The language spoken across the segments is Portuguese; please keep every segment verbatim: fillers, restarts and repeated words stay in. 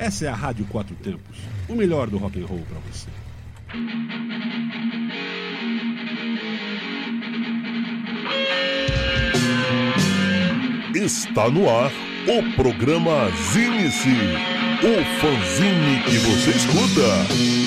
Essa é a Rádio Quatro Tempos, o melhor do rock and roll para você. Está no ar o programa Zine-se, o fanzine que você escuta.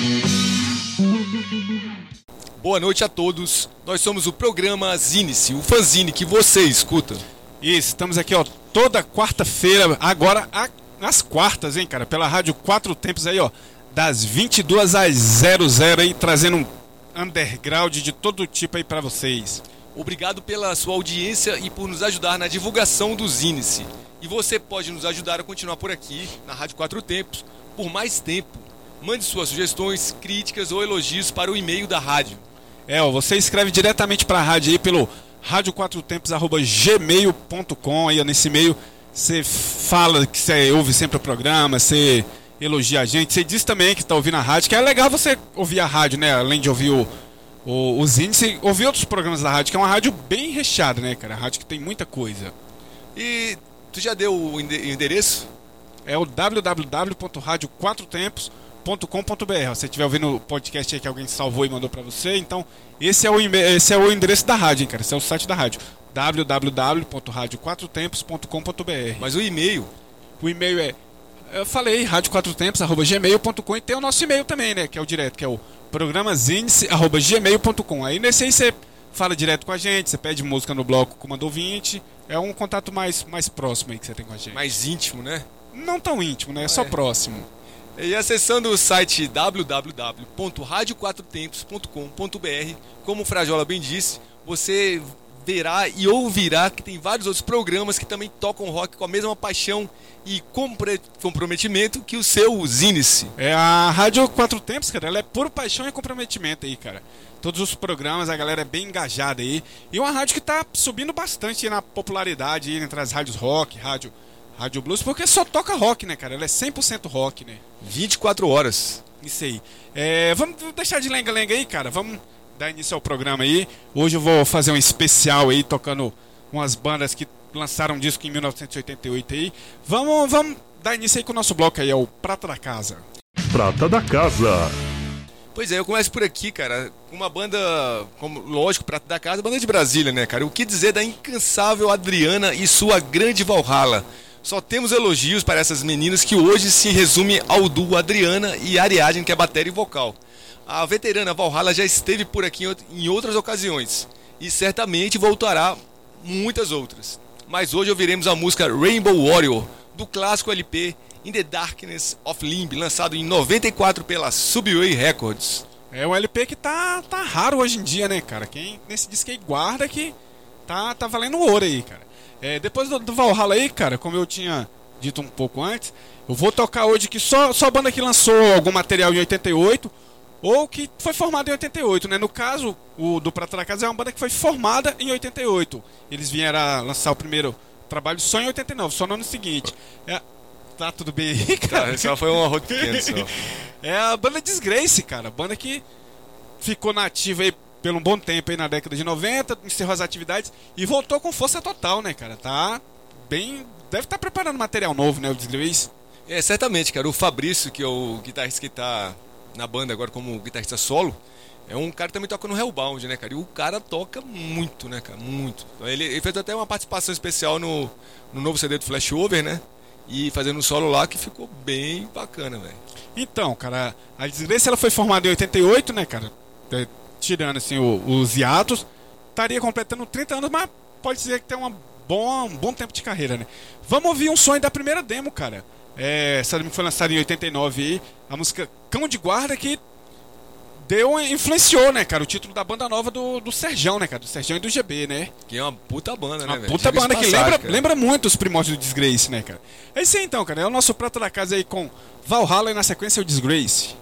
Boa noite a todos, nós somos o programa Zine-se, o fanzine que você escuta. Isso, estamos aqui ó, toda quarta-feira, agora às quartas, hein, cara, pela Rádio Quatro Tempos aí, ó, das vinte e duas às zero zero aí, trazendo um underground de todo tipo aí pra vocês. Obrigado pela sua audiência e por nos ajudar na divulgação do Zine-se. E você pode nos ajudar a continuar por aqui, na Rádio Quatro Tempos, por mais tempo. Mande suas sugestões, críticas ou elogios para o e-mail da rádio. É, ó, você escreve diretamente para a rádio aí pelo rádio quatro tempos arroba gmail ponto com. Aí ó, nesse e-mail você fala que você ouve sempre o programa, você elogia a gente, você diz também que está ouvindo a rádio, que é legal você ouvir a rádio, né? Além de ouvir o O, o Zine, você ouvir outros programas da rádio, que é uma rádio bem recheada, né, cara? A rádio que tem muita coisa. E tu já deu o endereço? É o w w w ponto rádio quatro tempos ponto com ponto b r. Se você estiver ouvindo o podcast aí que alguém salvou e mandou pra você, então esse é o, esse é o endereço da rádio, hein, cara? Esse é o site da rádio. w w w ponto rádio quatro tempos ponto com ponto b r. Mas o e-mail? O e-mail é... Eu falei, rádio quatro tempos arroba gmail ponto com, e tem o nosso e-mail também, né? Que é o direto, que é o programa zine-se arroba gmail ponto com. Aí nesse aí você fala direto com a gente, você pede música no bloco Comando ouvinte. É um contato mais, mais próximo aí que você tem com a gente. Mais íntimo, né? Não tão íntimo, né? É ah, só é. próximo. E acessando o site w w w ponto rádio quatro tempos ponto com ponto b r, como o Frajola bem disse, você verá e ouvirá que tem vários outros programas que também tocam rock com a mesma paixão e compre- comprometimento que o seu Zine-se. É, a Rádio Quatro Tempos, cara, ela é puro paixão e comprometimento aí, cara. Todos os programas, a galera é bem engajada aí. E uma rádio que tá subindo bastante na popularidade aí, entre as rádios rock, rádio, rádio blues, porque só toca rock, né, cara? Ela é cem por cento rock, né? vinte e quatro horas. Isso aí. É, vamos deixar de lenga-lenga aí, cara. Vamos dar início ao programa aí. Hoje eu vou fazer um especial aí, tocando umas bandas que lançaram um disco em mil novecentos e oitenta e oito aí. Vamos, vamos dar início aí com o nosso bloco aí, é o Prata da Casa. Prata da Casa. Pois é, eu começo por aqui, cara, uma banda, como lógico, Prata da Casa, banda de Brasília, né, cara? O que dizer da incansável Adriana e sua grande Valhalla? Só temos elogios para essas meninas, que hoje se resume ao duo Adriana e Ariadne, que é bateria e vocal. A veterana Valhalla já esteve por aqui em outras ocasiões e certamente voltará muitas outras. Mas hoje ouviremos a música Rainbow Warrior, do clássico L P In the Darkness of Limb, lançado em noventa e quatro pela Subway Records. É um L P que tá, tá raro hoje em dia, né, cara? Quem nesse disco aí guarda que tá, tá valendo ouro aí, cara. É, depois do, do Valhalla aí, cara, como eu tinha dito um pouco antes, eu vou tocar hoje que só, só banda que lançou algum material em oitenta e oito ou que foi formada em oitenta e oito, né? No caso, o do Prata da Casa é uma banda que foi formada em oitenta e oito. Eles vieram a lançar o primeiro trabalho só em oitenta e nove, só no ano seguinte. É, tá tudo bem aí, cara? Tá, só foi um arroto pequeno, só. É a banda Disgrace, cara. Banda que ficou nativa aí por um bom tempo aí na década de noventa, encerrou as atividades e voltou com força total, né, cara? Tá bem... Deve estar preparando material novo, né, o Disgrace? É, certamente, cara. O Fabrício, que é o guitarrista que tá na banda agora como guitarrista solo, é um cara que também toca no Hellbound, né, cara? E o cara toca muito, né, cara? Muito. Ele, ele fez até uma participação especial no, no novo C D do Flashover, né? E fazendo um solo lá que ficou bem bacana, velho. Então, cara, a Disgrace ela foi formada em oitenta e oito, né, cara? É, tirando, assim, o, os hiatos. Estaria completando trinta anos, mas pode dizer que tem uma bom, um bom tempo de carreira, né? Vamos ouvir um som da primeira demo, cara. É, essa demo foi lançada em oitenta e nove aí. A música Cão de Guarda, que deu, influenciou, né, cara, o título da banda nova do, do Serjão, né, cara? Do Serjão e do G B, né? Que é uma puta banda, né, Uma velho? puta banda que passagem, lembra, lembra muito os primórdios do Disgrace, né, cara? É isso aí então, cara. É o nosso Prata da Casa aí com Valhalla e na sequência o Disgrace.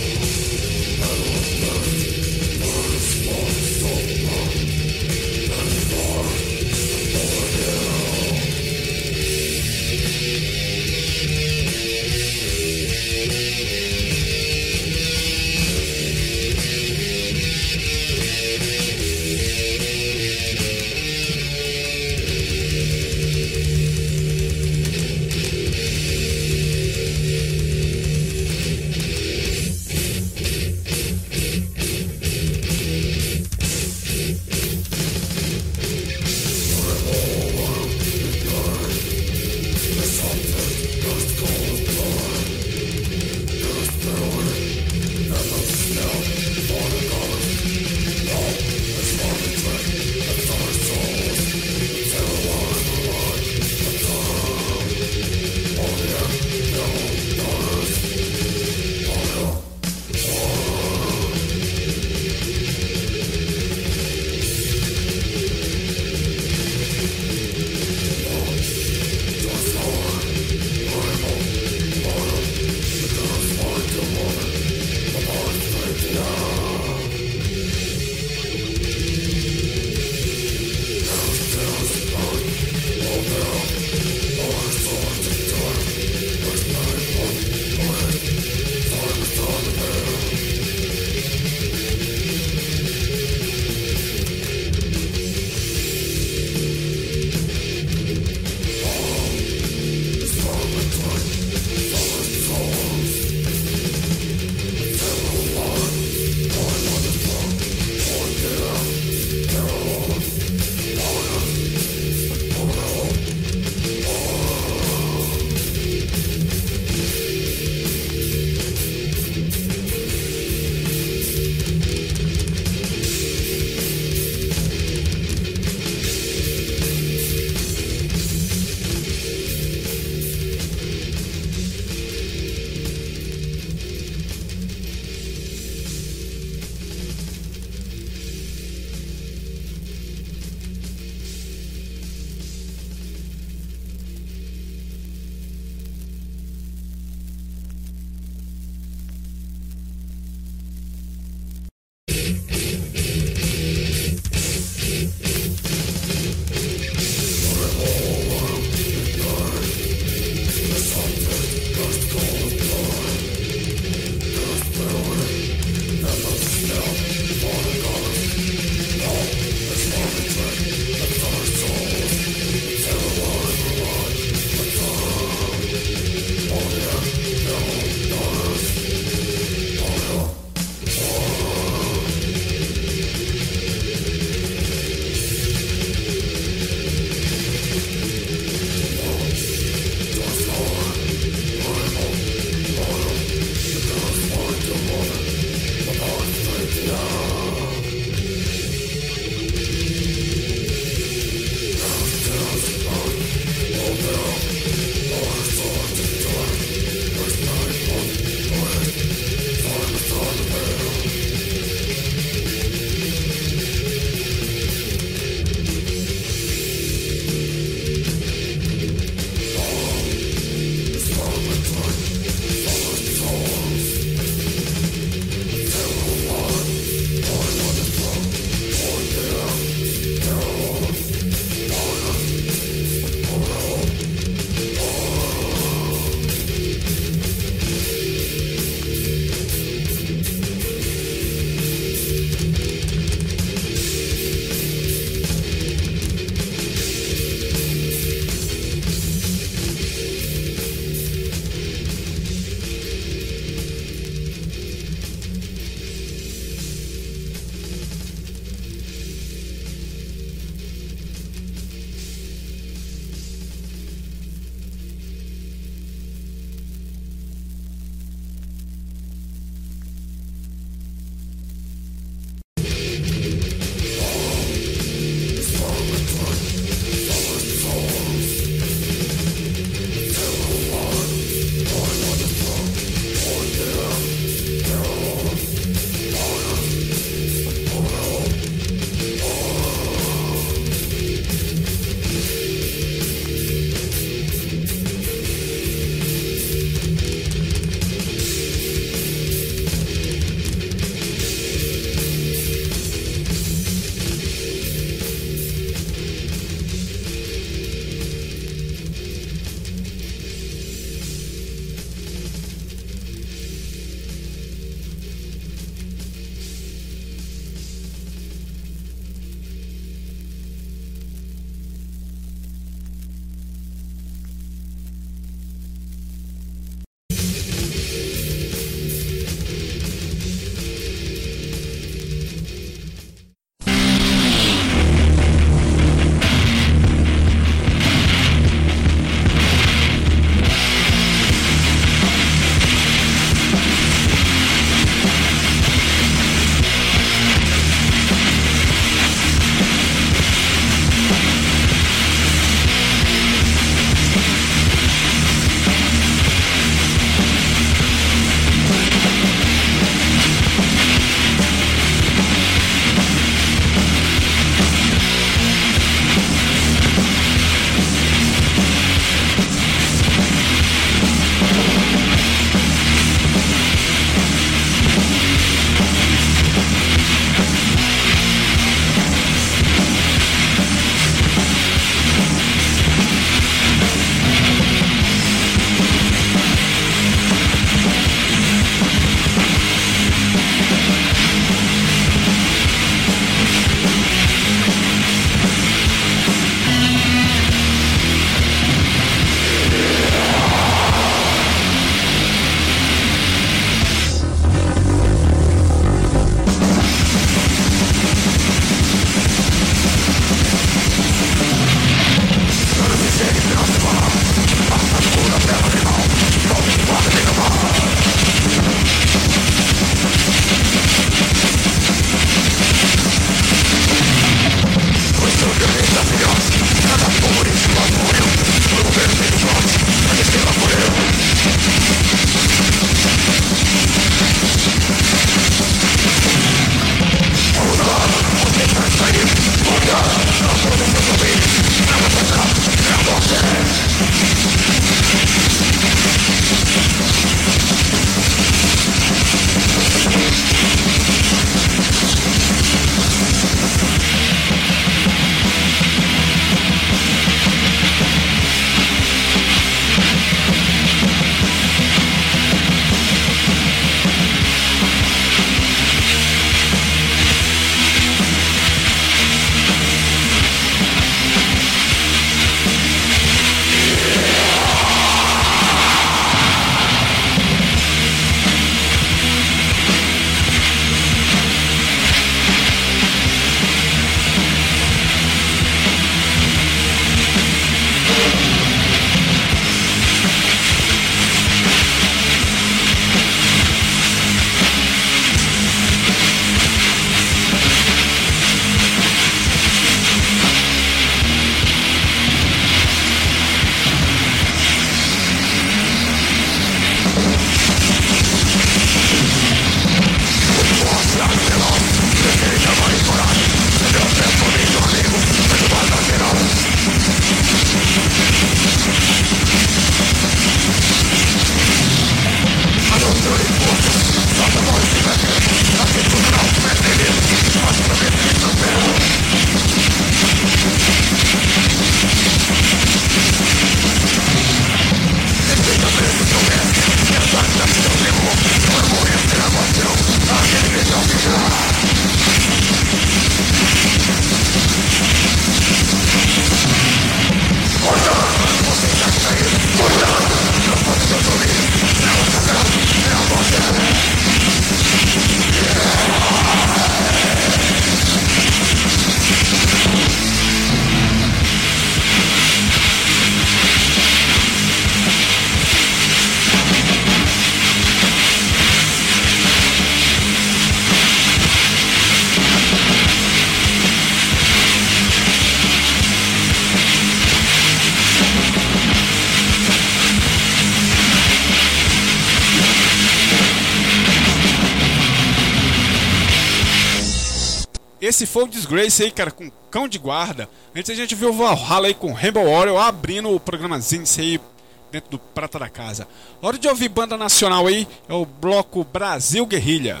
Esse foi o Disgrace aí, cara, com Cão de Guarda. Antes a gente viu o Valhalla aí com Rainbow Warrior abrindo o programazinho aí dentro do Prata da Casa. Hora de ouvir banda nacional aí, é o bloco Brasil Guerrilha.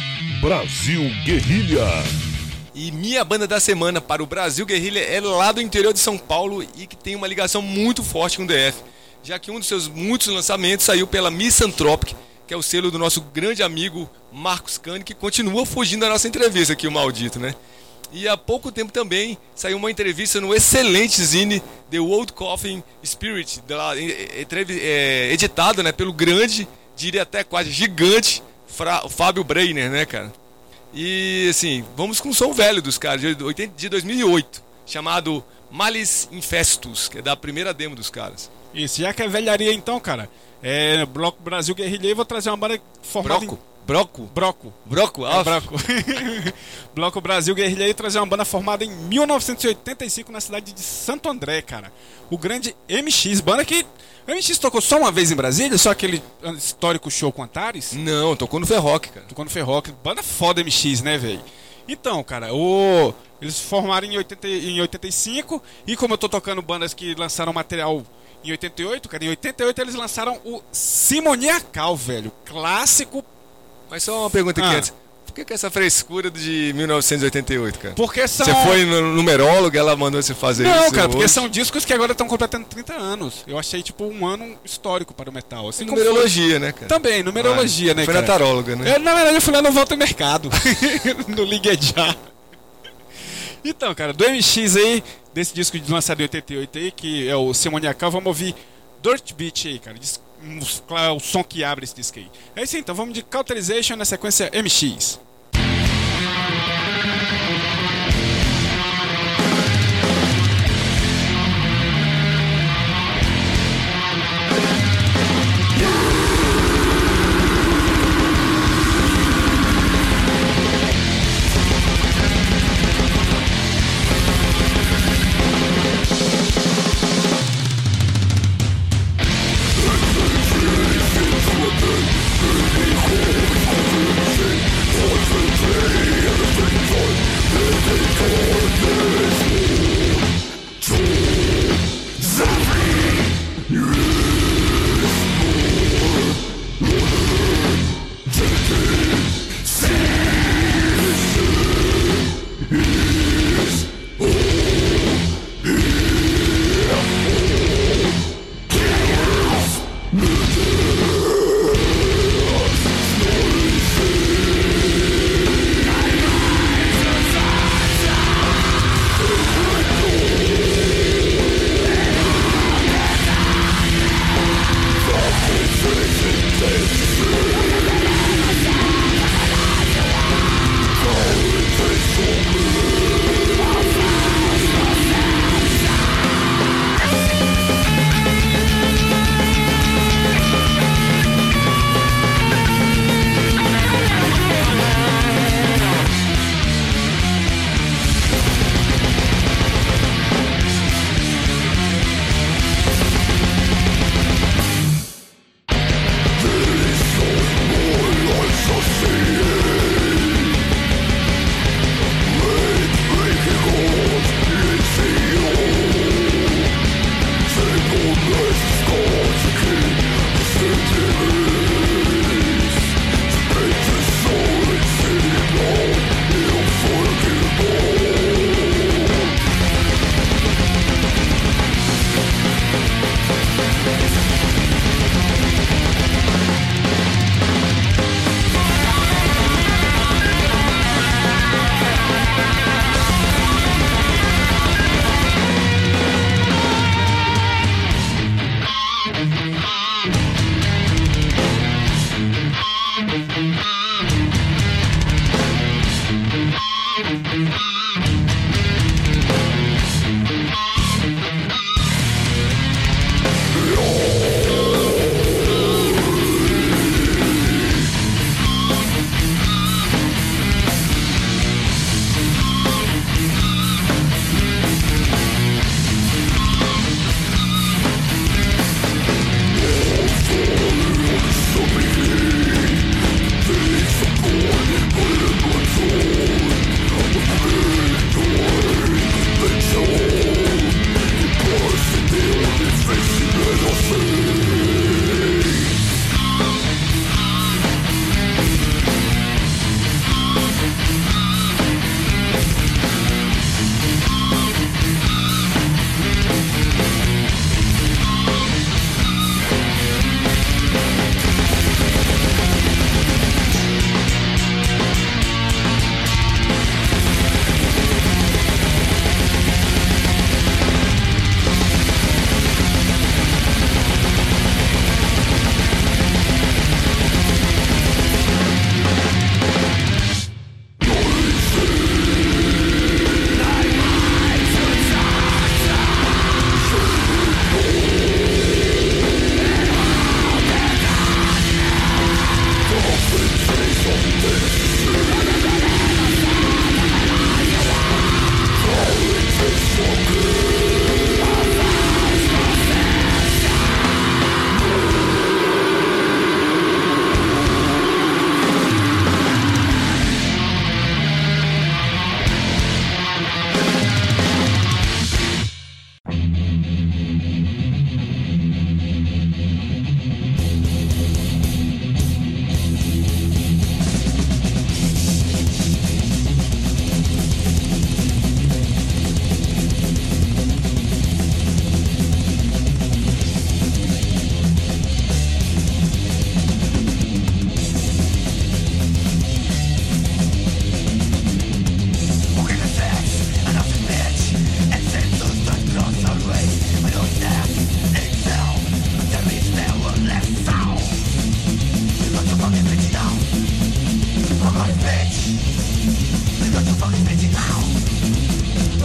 Brasil Guerrilha. E minha banda da semana para o Brasil Guerrilha é lá do interior de São Paulo e que tem uma ligação muito forte com o D F, já que um dos seus muitos lançamentos saiu pela Misanthropic, que é o selo do nosso grande amigo Marcos Cani, que continua fugindo da nossa entrevista aqui, o maldito, né? E há pouco tempo também saiu uma entrevista no excelente zine The Old Coffin Spirit, editado, né, pelo grande, diria até quase gigante, Fra, Fábio Breiner, né, cara? E assim, vamos com o som velho dos caras, de dois mil e oito, chamado Malice Infestus, que é da primeira demo dos caras. Isso, já que é velharia então, cara, é Bloco Brasil Guerrilha, vou trazer uma banda formada Broco? em... Broco? Broco. Broco? Ah, é, Broco. Bloco Brasil Guerrilha, trazer uma banda formada em mil novecentos e oitenta e cinco na cidade de Santo André, cara. O grande M X, banda que... O M X tocou só uma vez em Brasília, só aquele histórico show com Antares? Não, tocou no Ferroc, cara. Tocou no Ferroc. Banda foda M X, né, velho? Então, cara, o... eles formaram em, oitenta, em oitenta e cinco, e como eu tô tocando bandas que lançaram material em oitenta e oito, cara, em oitenta e oito eles lançaram o Simoniacal, velho. Clássico. Mas só uma pergunta aqui Ah. antes. Por que, que essa frescura de mil novecentos e oitenta e oito, cara? Porque são... Você foi no numerólogo, ela mandou você fazer isso? Não, cara, porque hoje? são discos que agora estão completando trinta anos. Eu achei, tipo, um ano histórico para o metal. Assim como Numerologia, né, cara? foi... Também, numerologia, Ah, né, foi cara? na taróloga, né? Eu, na verdade, eu fui lá no Volta Mercado. No Ligue Já. Então, cara, do M X aí, desse disco de lançado em oitenta e oito aí, que é o Simoniacal, vamos ouvir Dirt Beat aí, cara. Diz- O som que abre esse disco aí. É isso aí, então vamos de Cauterization na sequência M X. Dirt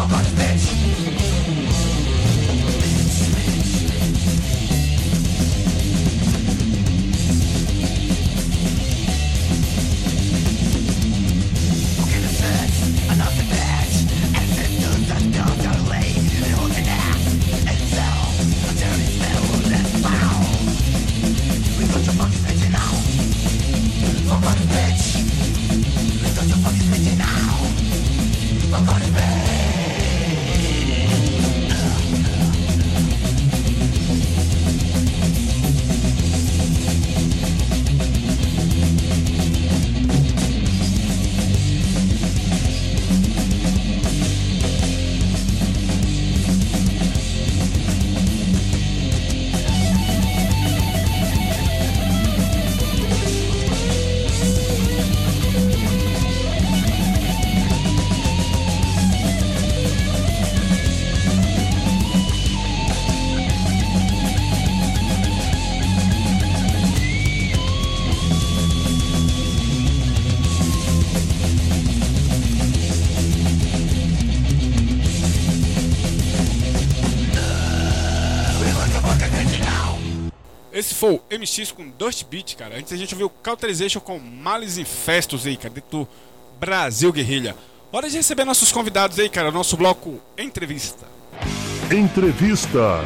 Esse foi o M X com Dust Beat, cara. Antes a gente ouviu Cauterization com Malice Infestus aí, cara, dentro do Brasil Guerrilha. Hora de receber nossos convidados aí, cara. Nosso bloco Entrevista. Entrevista.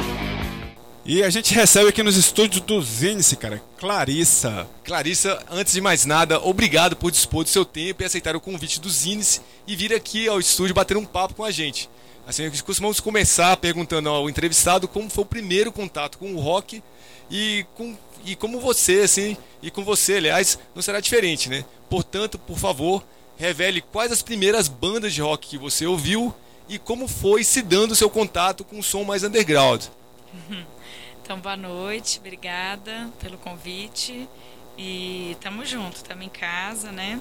E a gente recebe aqui nos estúdios do Zinice, cara, Clarissa. Clarissa, antes de mais nada, obrigado por dispor do seu tempo e aceitar o convite do Zinice e vir aqui ao estúdio bater um papo com a gente. Assim, costumamos começar perguntando ao entrevistado como foi o primeiro contato com o rock e, com, e como você, assim, e com você, aliás, não será diferente, né? Portanto, por favor, revele quais as primeiras bandas de rock que você ouviu e como foi se dando o seu contato com o som mais underground. Então, boa noite, obrigada pelo convite e tamo junto, tamo em casa, né?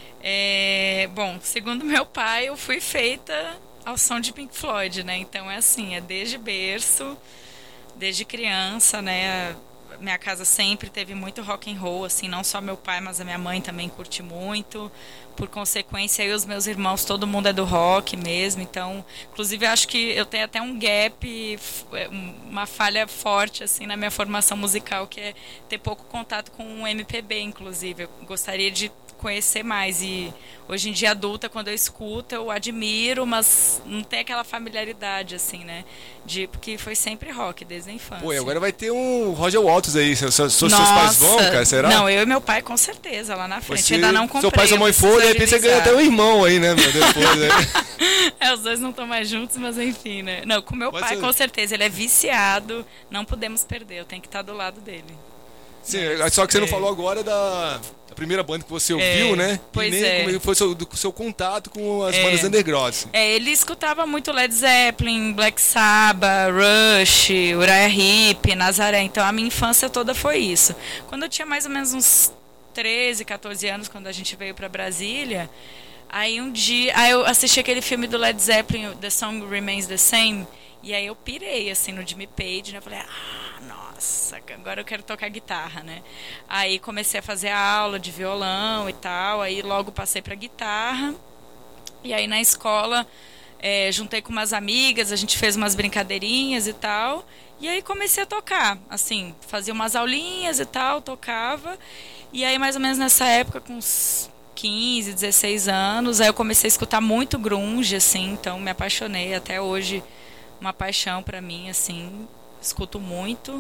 É, bom, segundo meu pai, eu fui feita ao som de Pink Floyd, né? Então é assim, é desde berço, desde criança, né? Minha casa sempre teve muito rock and roll, assim, não só meu pai, mas a minha mãe também curte muito. Por consequência, aí os meus irmãos, todo mundo é do rock mesmo. Então, inclusive, eu acho que eu tenho até um gap, uma falha forte, assim, na minha formação musical, que é ter pouco contato com o M P B, inclusive. Eu gostaria de conhecer mais e hoje em dia adulta, quando eu escuto, eu admiro, mas não tem aquela familiaridade, assim, né? De, porque foi sempre rock desde a infância. Pô, e agora vai ter um Roger Waters aí, seus, seus, seus pais vão, cara, será? Não, eu e meu pai com certeza, lá na frente, você, ainda não comprei. Seu pai e sua mãe foram, de repente você ganha até um irmão aí, né, meu, depois, né? É, os dois não estão mais juntos, mas enfim, né? Não, com meu Pode pai ser. com certeza, ele é viciado, não podemos perder, eu tenho que estar do lado dele. Sim, só que você não falou agora da, da primeira banda que você ouviu, É, né? pois e nem é. como foi o seu, do seu contato com as É. bandas underground. Assim. É, ele escutava muito Led Zeppelin, Black Sabbath, Rush, Uriah Heep, Nazaré. Então a minha infância toda foi isso. Quando eu tinha mais ou menos uns treze, catorze anos, quando a gente veio pra Brasília, aí um dia, aí eu assisti aquele filme do Led Zeppelin, The Song Remains the Same, e aí eu pirei assim no Jimmy Page, né? Eu falei, ah, nossa, agora eu quero tocar guitarra, né? Aí comecei a fazer aula de violão e tal, aí logo passei pra guitarra. E aí na escola, é, juntei com umas amigas, a gente fez umas brincadeirinhas e tal. E aí comecei a tocar, assim, fazia umas aulinhas e tal, tocava. E aí mais ou menos nessa época, com uns quinze, dezesseis anos, aí eu comecei a escutar muito grunge, assim, então me apaixonei. Até hoje, uma paixão pra mim, assim, escuto muito.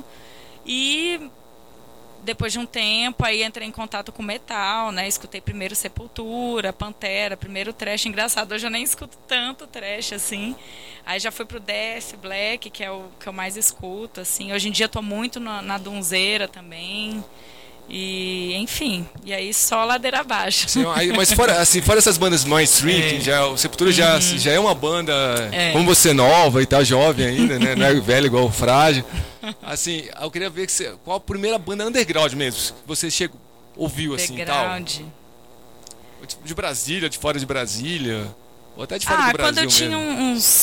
E depois de um tempo, aí entrei em contato com metal, né? Escutei primeiro Sepultura, Pantera, primeiro thrash. Engraçado, hoje eu nem escuto tanto thrash, assim. Aí já fui pro Death, Black, que é o que eu mais escuto, assim. Hoje em dia tô muito na, na Dunzeira também. E, enfim, e aí só ladeira abaixo. Sim, aí, mas fora, assim, fora essas bandas mainstream, É. que já, o Sepultura já, Uhum. já é uma banda, É. como você nova e tal, jovem ainda, né? Não é velho igual o Frágil. Assim, eu queria ver que você, qual a primeira banda underground mesmo que você chegou, ouviu assim e tal. Background. De Brasília, de fora de Brasília, ou até de fora Ah, do Brasil quando eu tinha mesmo. uns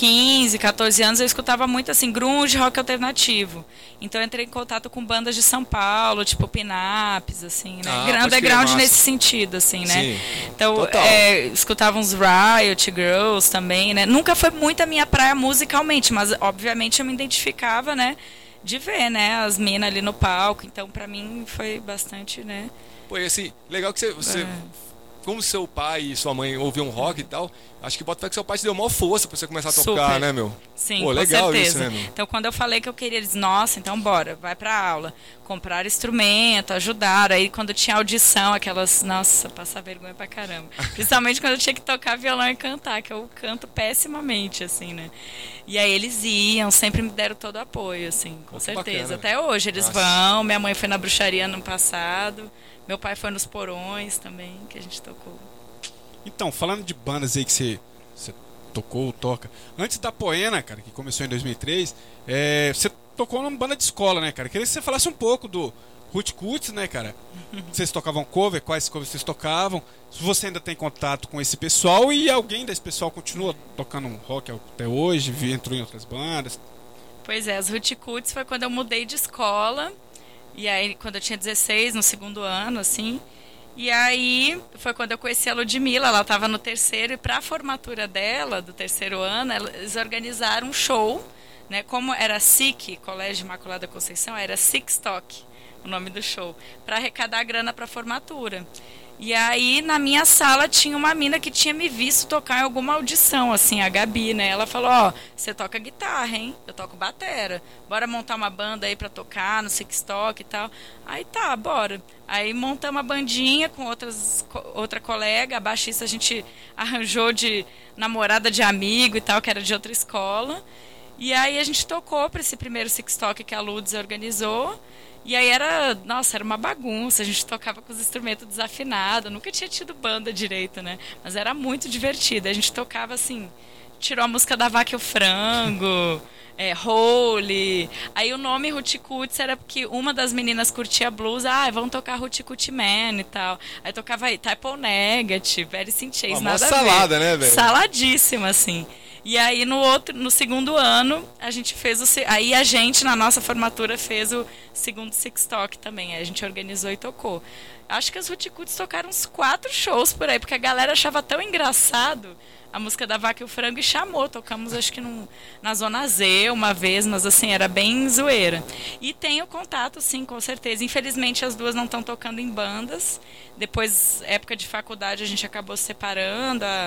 quinze, quatorze anos, eu escutava muito assim, grunge, rock alternativo. Então eu entrei em contato com bandas de São Paulo, tipo Pinaps, assim, né? Ah, Gra- pode crer, underground massa. nesse sentido, assim, né? Sim, Então, total. é, escutava uns Riot Girls também, né? Nunca foi muito a minha praia musicalmente, mas obviamente eu me identificava, né? De ver, né? As minas ali no palco. Então, pra mim, foi bastante, né? Pô, e assim, legal que você, você É. como seu pai e sua mãe ouviam rock e tal, acho que bota fé que seu pai te deu maior força pra você começar a tocar, Super. né, meu? Sim, Pô, com legal certeza. isso, né, meu? Então, quando eu falei que eu queria, eles, nossa, então bora, vai pra aula. Compraram instrumento, ajudaram. Aí, quando tinha audição, aquelas, nossa, passar vergonha pra caramba. Principalmente quando eu tinha que tocar violão e cantar, que eu canto pessimamente, assim, né? E aí, eles iam, sempre me deram todo o apoio, assim, com Pô, que certeza. bacana. Até hoje, eles Nossa. vão. Minha mãe foi na bruxaria no passado. Meu pai foi nos porões também, que a gente tocou. Então, falando de bandas aí que você, você tocou, toca. Antes da Poena, cara, que começou em dois mil e três, é, você tocou numa banda de escola, né, cara? Queria que você falasse um pouco do Roots, né, cara? Vocês tocavam cover, quais covers vocês tocavam? Se você ainda tem contato com esse pessoal e alguém desse pessoal continua tocando rock até hoje, vi- entrou em outras bandas. Pois é, as Roots foi quando eu mudei de escola. E aí, quando eu tinha dezesseis, no segundo ano, assim. E aí, foi quando eu conheci a Ludmilla. Ela estava no terceiro. E para a formatura dela, do terceiro ano, eles organizaram um show. Né? Como era S I C, Colégio Imaculada Conceição, era Six Talk, o nome do show. Para arrecadar grana para a formatura. E aí, na minha sala, tinha uma mina que tinha me visto tocar em alguma audição, assim, a Gabi, né? Ela falou, ó, você toca guitarra, hein? Eu toco batera. Bora montar uma banda aí pra tocar no Six Talk e tal. Aí tá, bora. Aí montamos uma bandinha com outras, co- outra colega, a baixista a gente arranjou de namorada de amigo e tal, que era de outra escola. E aí a gente tocou pra esse primeiro Six Talk que a Ludes organizou. E aí era, nossa, era uma bagunça, a gente tocava com os instrumentos desafinados, nunca tinha tido banda direito, né? Mas era muito divertido, a gente tocava assim, tirou a música da Vaca e o Frango, é, Holy. Aí o nome Hoochie-Coochie era porque uma das meninas curtia blues, ah, vamos tocar Hoochie-Coochie Man e tal. Aí tocava aí, Type O Negative, Alice in Chains, Uma mó nada salada, a ver. né, velho? Saladíssima, assim. E aí no outro, no segundo ano, a gente fez o se- aí a gente na nossa formatura fez o segundo Six Talk também. Aí a gente organizou e tocou. Acho que as Roots tocaram uns quatro shows por aí, porque a galera achava tão engraçado a música da Vaca e o Frango e chamou. Tocamos acho que num, na Zona Z uma vez, mas assim, era bem zoeira. E tenho contato, sim, com certeza. Infelizmente as duas não estão tocando em bandas. Depois, época de faculdade, a gente acabou se separando. A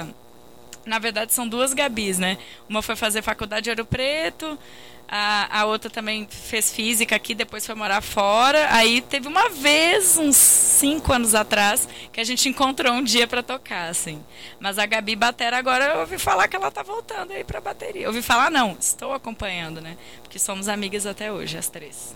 Na verdade, são duas Gabis, né? Uma foi fazer faculdade em Ouro Preto, a, a outra também fez física aqui, depois foi morar fora. Aí teve uma vez, uns cinco anos atrás, que a gente encontrou um dia pra tocar, assim. Mas a Gabi batera agora, eu ouvi falar que ela tá voltando aí pra bateria. Eu ouvi falar, não, estou acompanhando, né? Porque somos amigas até hoje, as três.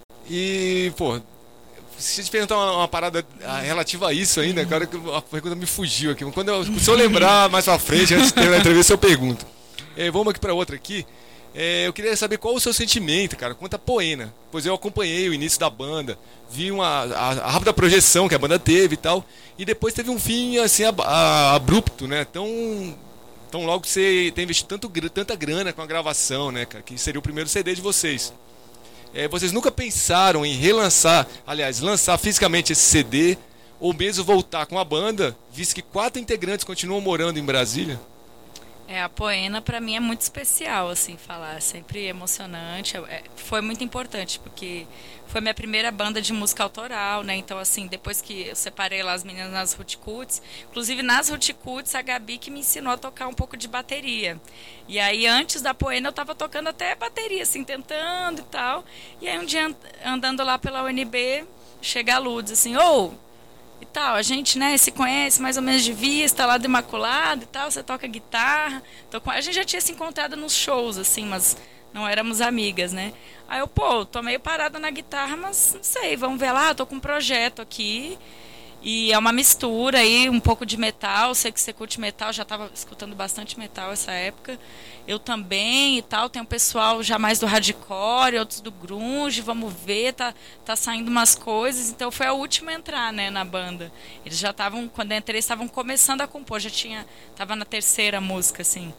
E, pô, se eu te perguntar uma, uma parada ah, relativa a isso ainda, cara, que a pergunta me fugiu aqui. Quando eu, se eu lembrar mais pra frente, antes de terminar a entrevista, eu pergunto. É, vamos aqui pra outra aqui. É, eu queria saber qual o seu sentimento, cara, quanto a Poena. Pois eu acompanhei o início da banda, vi uma, a, a rápida projeção que a banda teve e tal, e depois teve um fim, assim, ab- a- abrupto, né? Tão, tão logo você tem investido tanto, gra- tanta grana com a gravação, né, cara, que seria o primeiro C D de vocês. É, vocês nunca pensaram em relançar, aliás, lançar fisicamente esse C D, ou mesmo voltar com a banda, visto que quatro integrantes continuam morando em Brasília? É, a Poena pra mim é muito especial, assim, falar, é sempre emocionante, é, foi muito importante, porque foi minha primeira banda de música autoral, né, então assim, depois que eu separei lá as meninas nas Roots, inclusive nas Roots, a Gabi que me ensinou a tocar um pouco de bateria, e aí antes da Poena eu tava tocando até bateria, assim, tentando e tal, e aí um dia and- andando lá pela U N B, chega a Lourdes, assim, ô, e tal, a gente, né, se conhece mais ou menos de vista, lá do Imaculado e tal, você toca guitarra. Tô com... A gente já tinha se encontrado nos shows, assim, mas não éramos amigas, né? Aí eu, pô, tô meio parada na guitarra, mas não sei, vamos ver lá, tô com um projeto aqui. E é uma mistura aí, um pouco de metal, sei que você curte metal, já estava escutando bastante metal essa época. Eu também e tal, tem um pessoal já mais do hardcore, outros do grunge, vamos ver, tá, tá saindo umas coisas. Então foi a última a entrar, né, na banda. Eles já estavam, quando eu entrei, estavam começando a compor, já tinha, tava na terceira música, assim.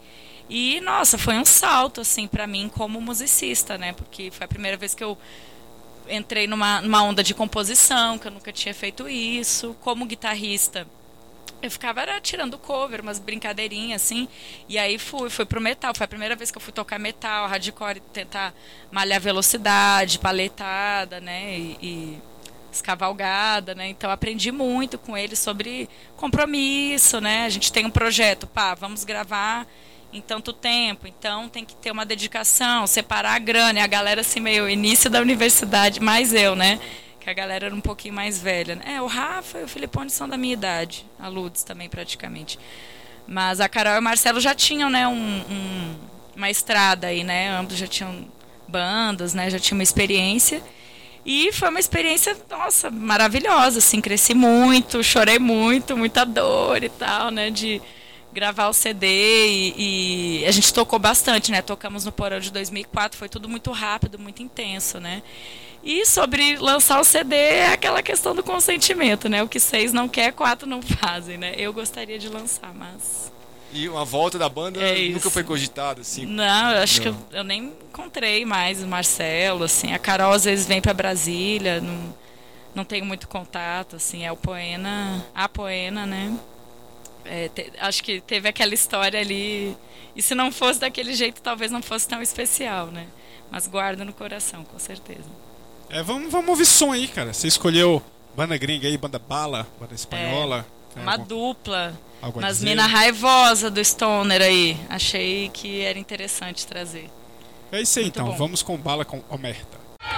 E, nossa, foi um salto, assim, pra mim como musicista, né? Porque foi a primeira vez que eu entrei numa, numa onda de composição, que eu nunca tinha feito isso. Como guitarrista, eu ficava era, tirando cover, umas brincadeirinhas, assim. E aí fui, fui pro metal. Foi a primeira vez que eu fui tocar metal, hardcore, tentar malhar velocidade, paletada, né? E, e escavalgada, né? Então aprendi muito com ele sobre compromisso, né? A gente tem um projeto, pá, vamos gravar em tanto tempo, então tem que ter uma dedicação, separar a grana. E a galera assim, meio início da universidade, mais eu, né? Que a galera era um pouquinho mais velha, né? É, o Rafa e o Filipone são da minha idade, a Lourdes também praticamente. Mas a Carol e o Marcelo já tinham, né, um, um, uma estrada aí, né? Ambos já tinham bandas, né? Já tinham uma experiência. E foi uma experiência, nossa, maravilhosa, assim, cresci muito, chorei muito, muita dor e tal, né? De gravar o C D e, e a gente tocou bastante, né? Tocamos no Porão de dois mil e quatro, foi tudo muito rápido, muito intenso, né? E sobre lançar o C D é aquela questão do consentimento, né? O que seis não quer, quatro não fazem, né? Eu gostaria de lançar, mas... E uma volta da banda É nunca isso. foi cogitada, assim? Não, eu acho Não. que eu, eu nem encontrei mais o Marcelo, assim. A Carol às vezes vem pra Brasília, não, não tenho muito contato, assim. É o Poena, a Poena, né? É, te- acho que teve aquela história ali. E se não fosse daquele jeito, talvez não fosse tão especial, né? Mas guardo no coração, com certeza. É, vamos, vamos ouvir som aí, cara. Você escolheu banda gringa aí, banda bala, banda espanhola. Tem Uma algum- dupla. algo a Umas dizer? mina raivosa do Stoner aí. Achei que era interessante trazer. É isso aí, Muito então. bom. Vamos com bala com Omerta.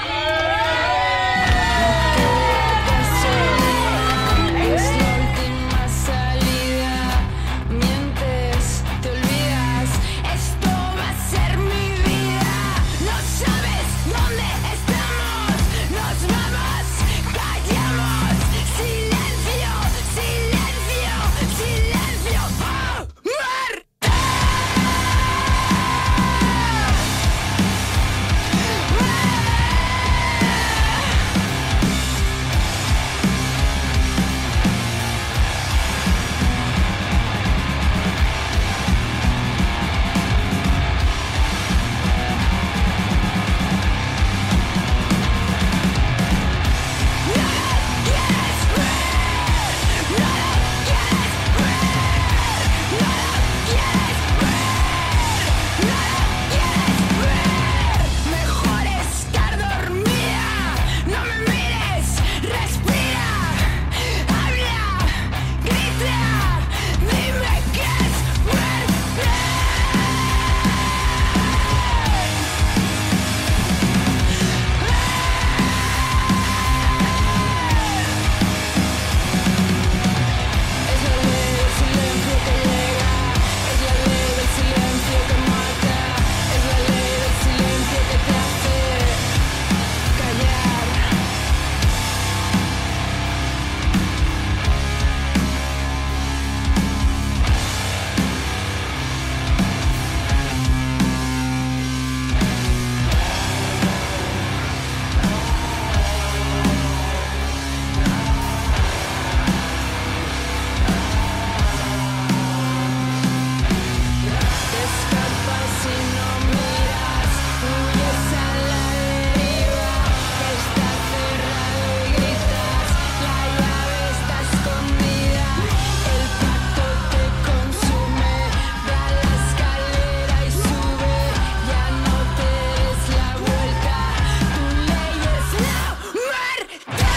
Es la última salida, mientes, te olvidas, esto va a ser mi vida, no sabes dónde estamos, nos vamos, callamos, silencio, silencio, silencio, ¡oh! ¡Muerte! Mejor estar dormida, no me mires, respira, habla, grita, dime que es fuerte. Es la ley del silencio que llega, es la ley del silencio que mata, es la ley del silencio que te hace callar. Te escapas y no miras, huyes a la deriva, está cerrado y gritas, la llave está escondida, el pacto te consume, ve a la escalera y sube, ya no te des la vuelta, tu ley es la muerte.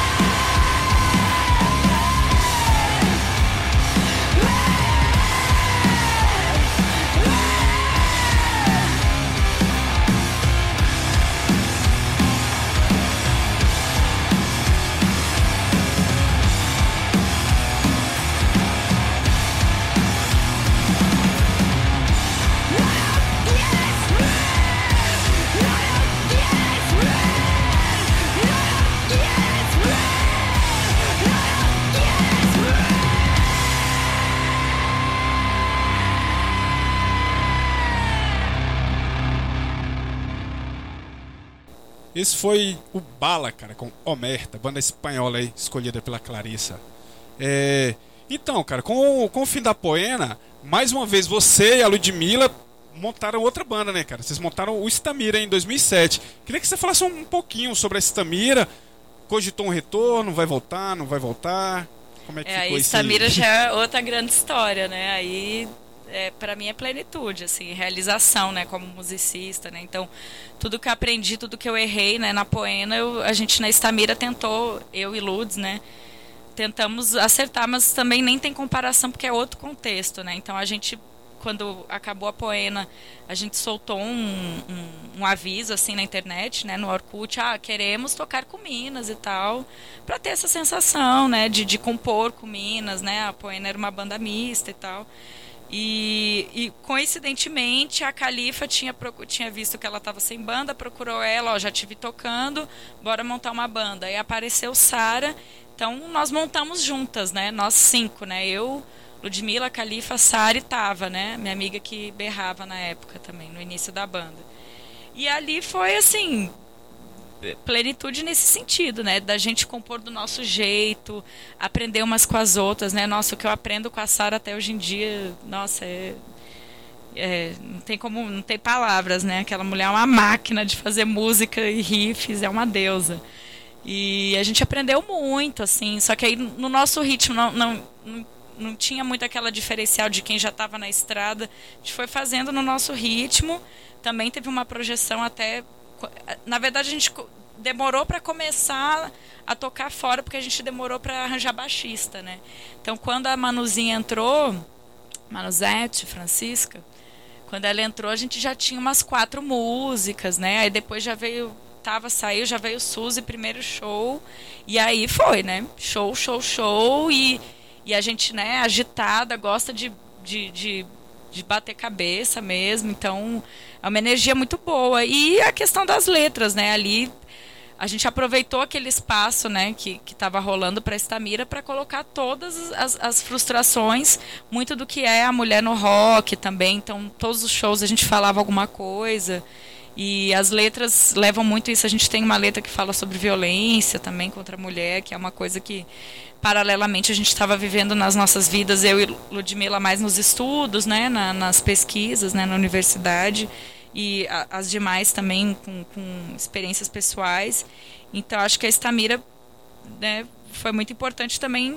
Esse foi o Bala, cara, com Omerta, banda espanhola aí, escolhida pela Clarissa. É... Então, cara, com o, com o fim da Poena, mais uma vez você e a Ludmilla montaram outra banda, né, cara? Vocês montaram o Estamira em dois mil e sete. Queria que você falasse um pouquinho sobre a Estamira. Cogitou um retorno, vai voltar, não vai voltar? Como é que É, ficou aí esse... Estamira já é outra grande história, né? Aí, é, para mim é plenitude, assim, realização, né, como musicista, né? Então, tudo que eu aprendi, tudo que eu errei, né, na Poena, eu, a gente na Estamira tentou, eu e Ludes, né, tentamos acertar, mas também nem tem comparação porque é outro contexto, né? Então a gente, quando acabou a Poena, a gente soltou um, um, um aviso assim na internet, né, no Orkut, ah, queremos tocar com Minas e tal, para ter essa sensação, né, de, de compor com Minas, né? A Poena era uma banda mista e tal. E, e coincidentemente a Califa tinha, tinha visto que ela estava sem banda, procurou ela, ó, já te vi tocando, bora montar uma banda. Aí apareceu Sara, então nós montamos juntas, né? Nós cinco, né? Eu, Ludmilla, Califa, Sara e Tava, né? Minha amiga que berrava na época também, no início da banda. E ali foi assim, plenitude nesse sentido, né? Da gente compor do nosso jeito, aprender umas com as outras, né? Nossa, o que eu aprendo com a Sara até hoje em dia, nossa, é, é, não tem como, não tem palavras, né? Aquela mulher é uma máquina de fazer música e riffs, é uma deusa. E a gente aprendeu muito, assim, só que aí no nosso ritmo não, não, não, não tinha muito aquela diferencial de quem já estava na estrada. A gente foi fazendo no nosso ritmo, também teve uma projeção até... Na verdade, a gente demorou para começar a tocar fora, porque a gente demorou para arranjar baixista, né? Então, quando a Manuzinha entrou, Manuzete, Francisca, quando ela entrou, a gente já tinha umas quatro músicas, né? Aí depois já veio, tava, saiu, já veio o Suzy, primeiro show, e aí foi, né? Show, show, show, e, e a gente, né, agitada, gosta de... de, de de bater cabeça mesmo, então é uma energia muito boa. E a questão das letras, né, ali a gente aproveitou aquele espaço, né, que estava rolando para a Estamira para colocar todas as, as frustrações, muito do que é a mulher no rock também, então todos os shows a gente falava alguma coisa, e as letras levam muito isso. A gente tem uma letra que fala sobre violência também contra a mulher, que é uma coisa que paralelamente a gente estava vivendo nas nossas vidas, eu e Ludmilla mais nos estudos, né, na, nas pesquisas, né, na universidade, e a, as demais também com, com experiências pessoais. Então acho que a Estamira, né, foi muito importante também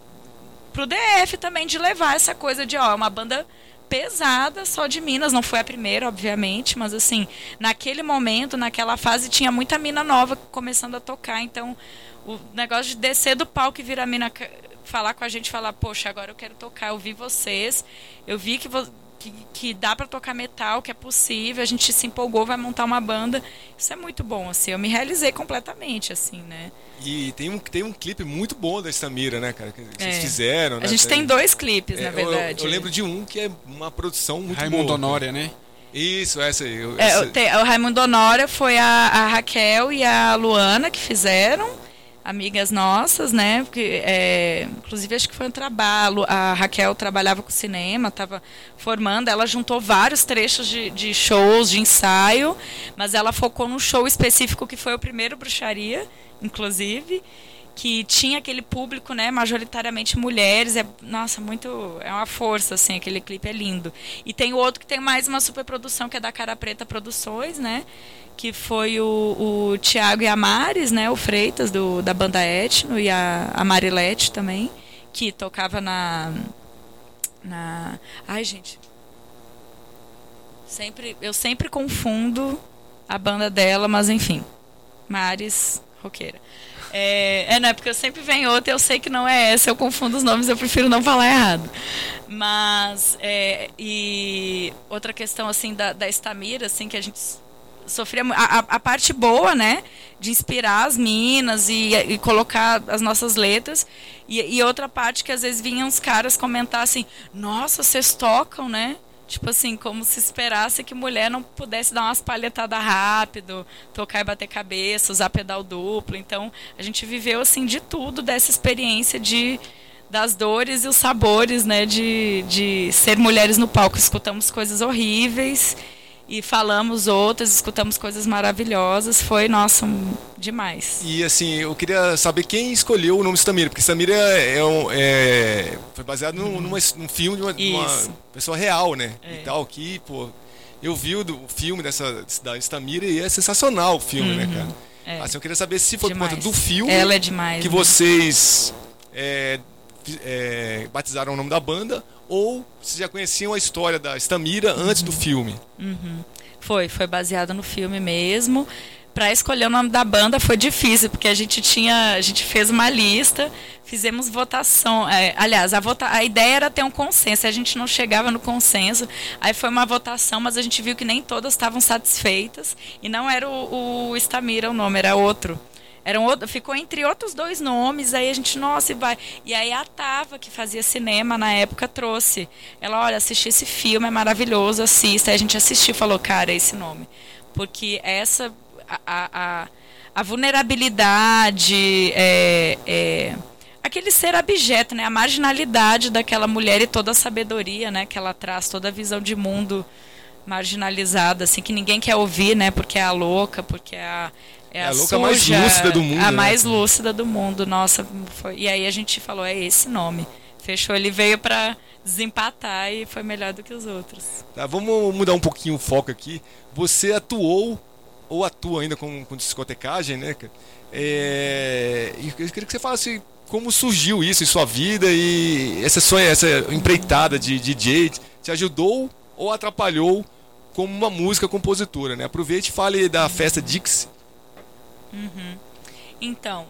pro D F também, de levar essa coisa de, ó, uma banda pesada, só de Minas, não foi a primeira, obviamente, mas assim, naquele momento, naquela fase, tinha muita mina nova começando a tocar, então o negócio de descer do palco e vir a mina falar com a gente, falar, poxa, agora eu quero tocar, eu vi vocês, eu vi que, vo que, que dá pra tocar metal, que é possível, a gente se empolgou, vai montar uma banda, isso é muito bom, assim, eu me realizei completamente, assim, né. E tem um, tem um clipe muito bom da Estamira, né, cara, que vocês É. fizeram, né. A gente tem dois clipes, É, na eu- verdade. Eu, eu lembro de um que é uma produção muito Raimundo boa. Honória, né? Isso, essa aí. eu- É, essa- o, te- o Raimundo Honória foi a, a Raquel e a Luana que fizeram, amigas nossas, né? Porque, é, inclusive, acho que foi um trabalho. A Raquel trabalhava com cinema, estava formando. Ela juntou vários trechos de, de shows, de ensaio, mas ela focou num show específico que foi o primeiro Bruxaria, inclusive, que tinha aquele público, né, majoritariamente mulheres. É, nossa, muito, é uma força, assim, aquele clipe é lindo. E tem o outro que tem mais uma superprodução, que é da Cara Preta Produções, né, que foi o, o Thiago e a Maris, né, o Freitas, do, da banda Etno, e a, a Marilete também, que tocava na... na ai, gente. Sempre, eu sempre confundo a banda dela, mas enfim. Maris, roqueira. É, é, não, é porque eu sempre venho outra, eu sei que não é essa, eu confundo os nomes, eu prefiro não falar errado. Mas, é, e outra questão, assim, da, da Estamira, assim, que a gente sofria... A, a, a parte boa, né, de inspirar as minas e, e colocar as nossas letras, e, e outra parte que às vezes vinham os caras comentar assim, nossa, vocês tocam, né? Tipo assim, como se esperasse que mulher não pudesse dar umas palhetadas rápido, tocar e bater cabeça, usar pedal duplo. Então, a gente viveu, assim, de tudo dessa experiência de, das dores e os sabores, né, de, de ser mulheres no palco. Escutamos coisas horríveis e falamos outras, escutamos coisas maravilhosas. Foi, nossa, um, demais. E assim, eu queria saber quem escolheu o nome Estamira, porque Estamira é, um, é foi baseado num, numa, num filme de uma, de uma Isso. pessoa real, né? É. E tal, que, pô, Eu vi o, do- o filme dessa da Stamira e é sensacional o filme, né, cara? É. Assim, eu queria saber se foi Demais. por conta do filme Ela é demais. que né? vocês é, fi- é, batizaram o nome da banda ou se já conheciam a história da Stamira antes do filme. Foi, foi baseado no filme mesmo. Para escolher o nome da banda foi difícil, porque a gente tinha, a gente fez uma lista, fizemos votação. É, aliás, a, vota, a ideia era ter um consenso, a gente não chegava no consenso. Aí foi uma votação, mas a gente viu que nem todas estavam satisfeitas. E não era o, o Stamira o nome, era outro. Era um outro, ficou entre outros dois nomes, aí a gente, nossa, e vai. E aí a Tava, que fazia cinema na época, trouxe. Ela, olha, assisti esse filme, é maravilhoso, assista. Aí a gente assistiu e falou, cara, é esse nome. Porque essa, a, a, a, a vulnerabilidade, é, é, aquele ser abjeto, né? A marginalidade daquela mulher e toda a sabedoria, né? Que ela traz, toda a visão de mundo marginalizada, assim, que ninguém quer ouvir, né? Porque é a louca, porque é a... É, É a, a louca mais suja, lúcida do mundo, A né? mais lúcida do mundo, nossa. Foi... E aí a gente falou, é esse nome. Fechou, ele veio pra desempatar e foi melhor do que os outros. Tá, vamos mudar um pouquinho o foco aqui. Você atuou, ou atua ainda com, com discotecagem, né, cara? É, e eu queria que você falasse como surgiu isso em sua vida e essa, sua, essa empreitada de D J te ajudou ou atrapalhou como uma música compositora, né? Aproveite e fale da festa Dixie. Então,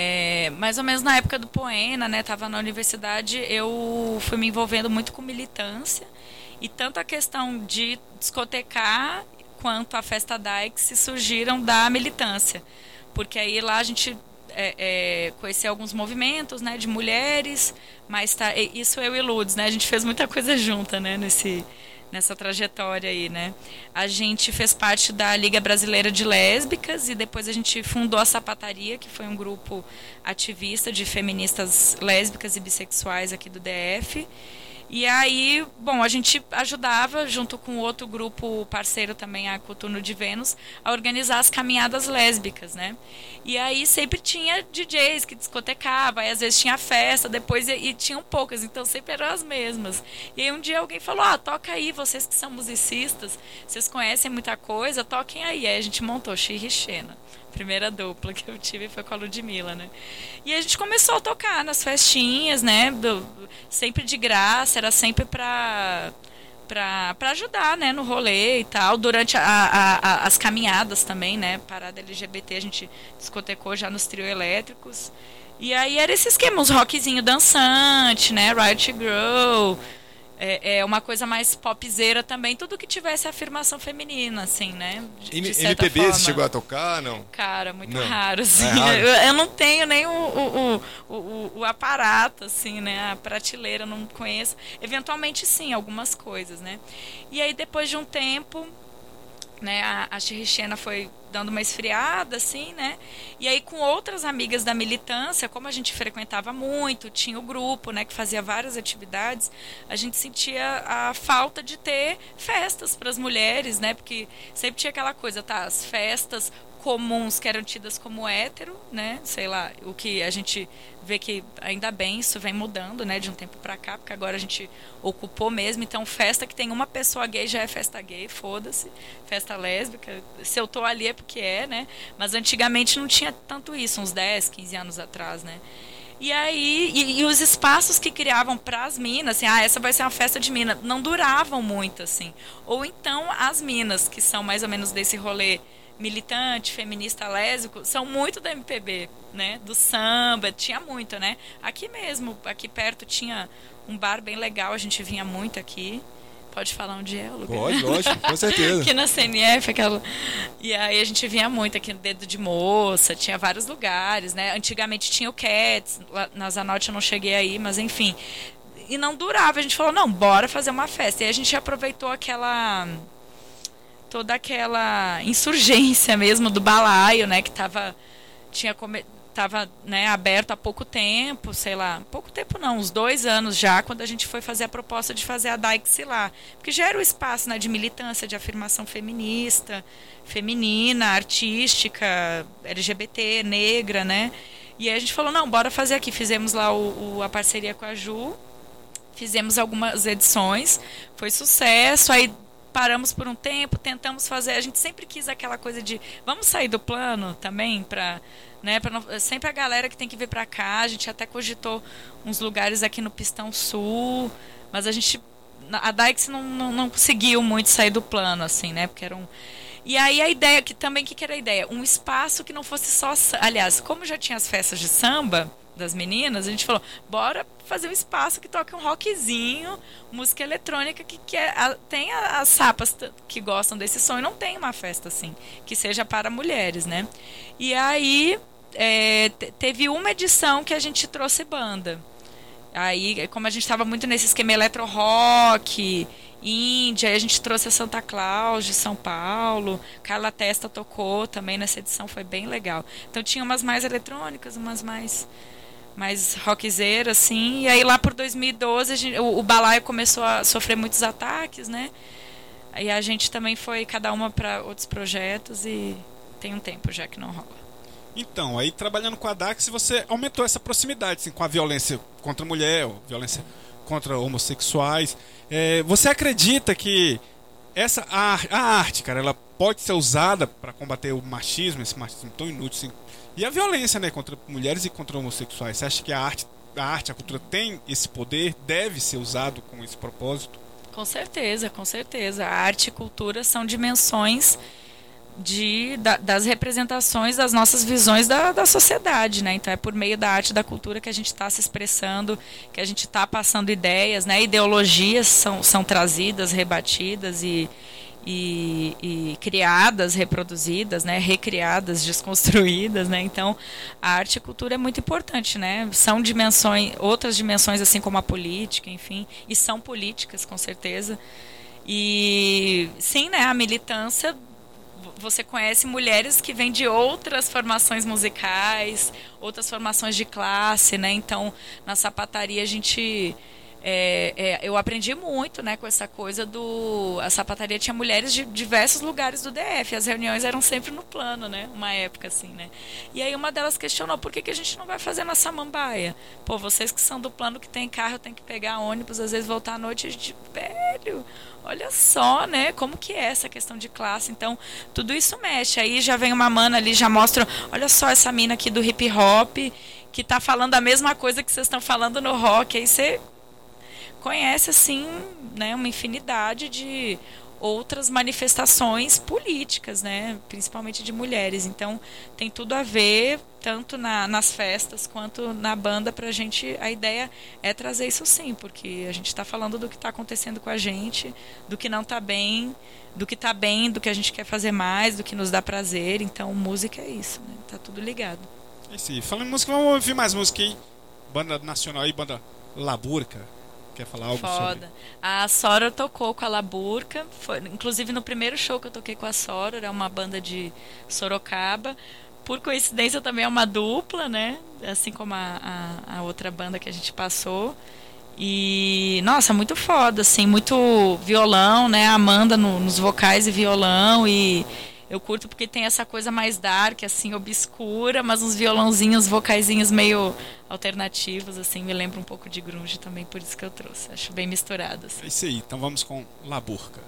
é, mais ou menos na época do Poena, né, tava na universidade, eu fui me envolvendo muito com militância e tanto a questão de discotecar quanto a festa Dykes surgiram da militância, porque aí lá a gente é, é, conheceu alguns movimentos, né, de mulheres, mas tá, isso eu e Lourdes, né, a gente fez muita coisa junta, né, nesse nessa trajetória aí, né? A gente fez parte da Liga Brasileira de Lésbicas e depois a gente fundou a Sapataria, que foi um grupo ativista de feministas lésbicas e bissexuais aqui do D F. E aí, bom, a gente ajudava, junto com outro grupo parceiro também, a Coturno de Vênus, a organizar as caminhadas lésbicas, né? E aí sempre tinha D Js que discotecavam, aí às vezes tinha festa, depois e, e tinham poucas, então sempre eram as mesmas. E aí um dia alguém falou, ah, toca aí, vocês que são musicistas, vocês conhecem muita coisa, toquem aí. Aí a gente montou Xirra e Xena. Primeira dupla que eu tive foi com a Ludmilla, né? E a gente começou a tocar nas festinhas, né? Do, sempre de graça, era sempre pra, pra, pra ajudar, né? No rolê e tal. Durante a, a, a, as caminhadas também, né? Parada L G B T, a gente discotecou já nos trio elétricos. E aí era esse esquema, uns rockzinho dançante, né? Riot Girl. É, é uma coisa mais popzeira também, tudo que tivesse afirmação feminina, assim, né? De, de certa M P B forma. você chegou a tocar, não? Cara, muito Não. raro, assim. É raro? Eu, eu não tenho nem o, o, o, o, o aparato, assim, né? A prateleira, não conheço. Eventualmente, sim, algumas coisas, né? E aí, depois de um tempo, né? A, a Xirra e Xena foi dando uma esfriada, assim, né? E aí, com outras amigas da militância, como a gente frequentava muito, tinha o grupo, né? Que fazia várias atividades, a gente sentia a falta de ter festas para as mulheres, né? Porque sempre tinha aquela coisa, tá? As festas comuns que eram tidas como hétero, né? Sei lá, o que a gente vê que ainda bem isso vem mudando, né? De um tempo pra cá, porque agora a gente ocupou mesmo. Então, festa que tem uma pessoa gay já é festa gay, foda-se. Festa lésbica, se eu tô ali é porque é, né? Mas antigamente não tinha tanto isso, uns dez, quinze anos atrás, né? E aí, e, e os espaços que criavam para as minas, assim, ah, essa vai ser uma festa de mina, não duravam muito, assim. Ou então as minas, que são mais ou menos desse rolê militante, feminista, lésbico, são muito da M P B, né? Do samba, tinha muito, né? Aqui mesmo, aqui perto tinha um bar bem legal, a gente vinha muito aqui. Pode falar onde é o lugar? Pode, lógico, com certeza. Aqui na C N F, aquela... E aí a gente vinha muito aqui no Dedo de Moça, tinha vários lugares, né? Antigamente tinha o Cats, lá na Zanotti eu não cheguei aí, mas enfim. E não durava, a gente falou, não, bora fazer uma festa. E a gente aproveitou aquela... toda aquela insurgência mesmo do balaio, né, que tava, tinha come, tava, né, aberto há pouco tempo, sei lá, pouco tempo não, uns dois anos já, quando a gente foi fazer a proposta de fazer a Dykes lá, porque já era o espaço, né, de militância, de afirmação feminista, feminina, artística, L G B T, negra, né, e aí a gente falou, não, bora fazer aqui, fizemos lá o, o, a parceria com a Ju, fizemos algumas edições, foi sucesso, aí paramos por um tempo, tentamos fazer, a gente sempre quis aquela coisa de vamos sair do plano também para, né, para não, sempre a galera que tem que vir para cá, a gente até cogitou uns lugares aqui no Pistão Sul, mas a gente a Dykes não, não, não conseguiu muito sair do plano assim, né, porque era um e aí a ideia, que também, o que, que era a ideia? Um espaço que não fosse só... Aliás, como já tinha as festas de samba das meninas, a gente falou, bora fazer um espaço que toque um rockzinho, música eletrônica, que, que é, a, tem a, as sapas que gostam desse som, e não tem uma festa assim, que seja para mulheres, né? E aí, é, teve uma edição que a gente trouxe banda. Aí, como a gente estava muito nesse esquema eletro-rock... Índia, aí a gente trouxe a Santa Claus de São Paulo, Carla Testa tocou também nessa edição, foi bem legal. Então tinha umas mais eletrônicas, umas mais mais rockzeiras, assim, e aí lá por dois mil e doze a gente, o, o balaio começou a sofrer muitos ataques, né? Aí a gente também foi cada uma para outros projetos e tem um tempo já que não rola. Então, aí trabalhando com a Dax, você aumentou essa proximidade assim, com a violência contra a mulher, ou violência contra homossexuais. É, você acredita que essa a, a arte, cara, ela pode ser usada para combater o machismo, esse machismo tão inútil, assim, e a violência, né, contra mulheres e contra homossexuais? Você acha que a arte, a arte, a cultura tem esse poder, deve ser usado com esse propósito? Com certeza, com certeza. A arte e cultura são dimensões de, da, das representações das nossas visões da, da sociedade, né? Então é por meio da arte e da cultura que a gente está se expressando, que a gente está passando ideias, né? Ideologias são, são trazidas, rebatidas e, e, e criadas, reproduzidas, né? Recriadas, desconstruídas, né? Então a arte e cultura é muito importante, né? São dimensões, outras dimensões assim como a política, enfim, e são políticas com certeza. E sim, né? A militância, você conhece mulheres que vêm de outras formações musicais, outras formações de classe, né? Então, na sapataria a gente... É, é, eu aprendi muito, né, com essa coisa do... A sapataria tinha mulheres de diversos lugares do D F, as reuniões eram sempre no plano, né? Uma época assim, né? E aí uma delas questionou, por que, que a gente não vai fazer na Samambaia? Pô, vocês que são do plano, que tem carro, tem que pegar ônibus, às vezes voltar à noite, a gente... Velho... Olha só, né, como que é essa questão de classe. Então, tudo isso mexe. Aí já vem uma mana ali, já mostra, olha só essa mina aqui do hip hop, que tá falando a mesma coisa que vocês estão falando no rock. Aí você conhece, assim, né, uma infinidade de outras manifestações políticas, né, principalmente de mulheres. Então, tem tudo a ver, tanto na, nas festas quanto na banda, pra gente, a ideia é trazer isso sim, porque a gente está falando do que está acontecendo com a gente, do que não está bem, do que está bem, do que a gente quer fazer mais, do que nos dá prazer. Então, música é isso, né, tá tudo ligado. É isso aí. Falando em música, vamos ouvir mais música aí. Banda nacional aí, banda Laburca. Quer falar algo Foda. sobre? A Soror tocou com a Laburca, foi, inclusive no primeiro show que eu toquei com a Soror, é uma banda de Sorocaba. Por coincidência também é uma dupla, né? Assim como a, a, a outra banda que a gente passou. E, nossa, muito foda, assim, muito violão, né? A Amanda no, nos vocais e violão, e eu curto porque tem essa coisa mais dark, assim, obscura, mas uns violãozinhos, vocaizinhos meio alternativos, assim, me lembra um pouco de grunge também, por isso que eu trouxe. Acho bem misturado, assim. É isso aí, então vamos com Laburca.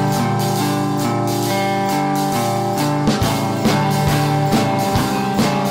Thank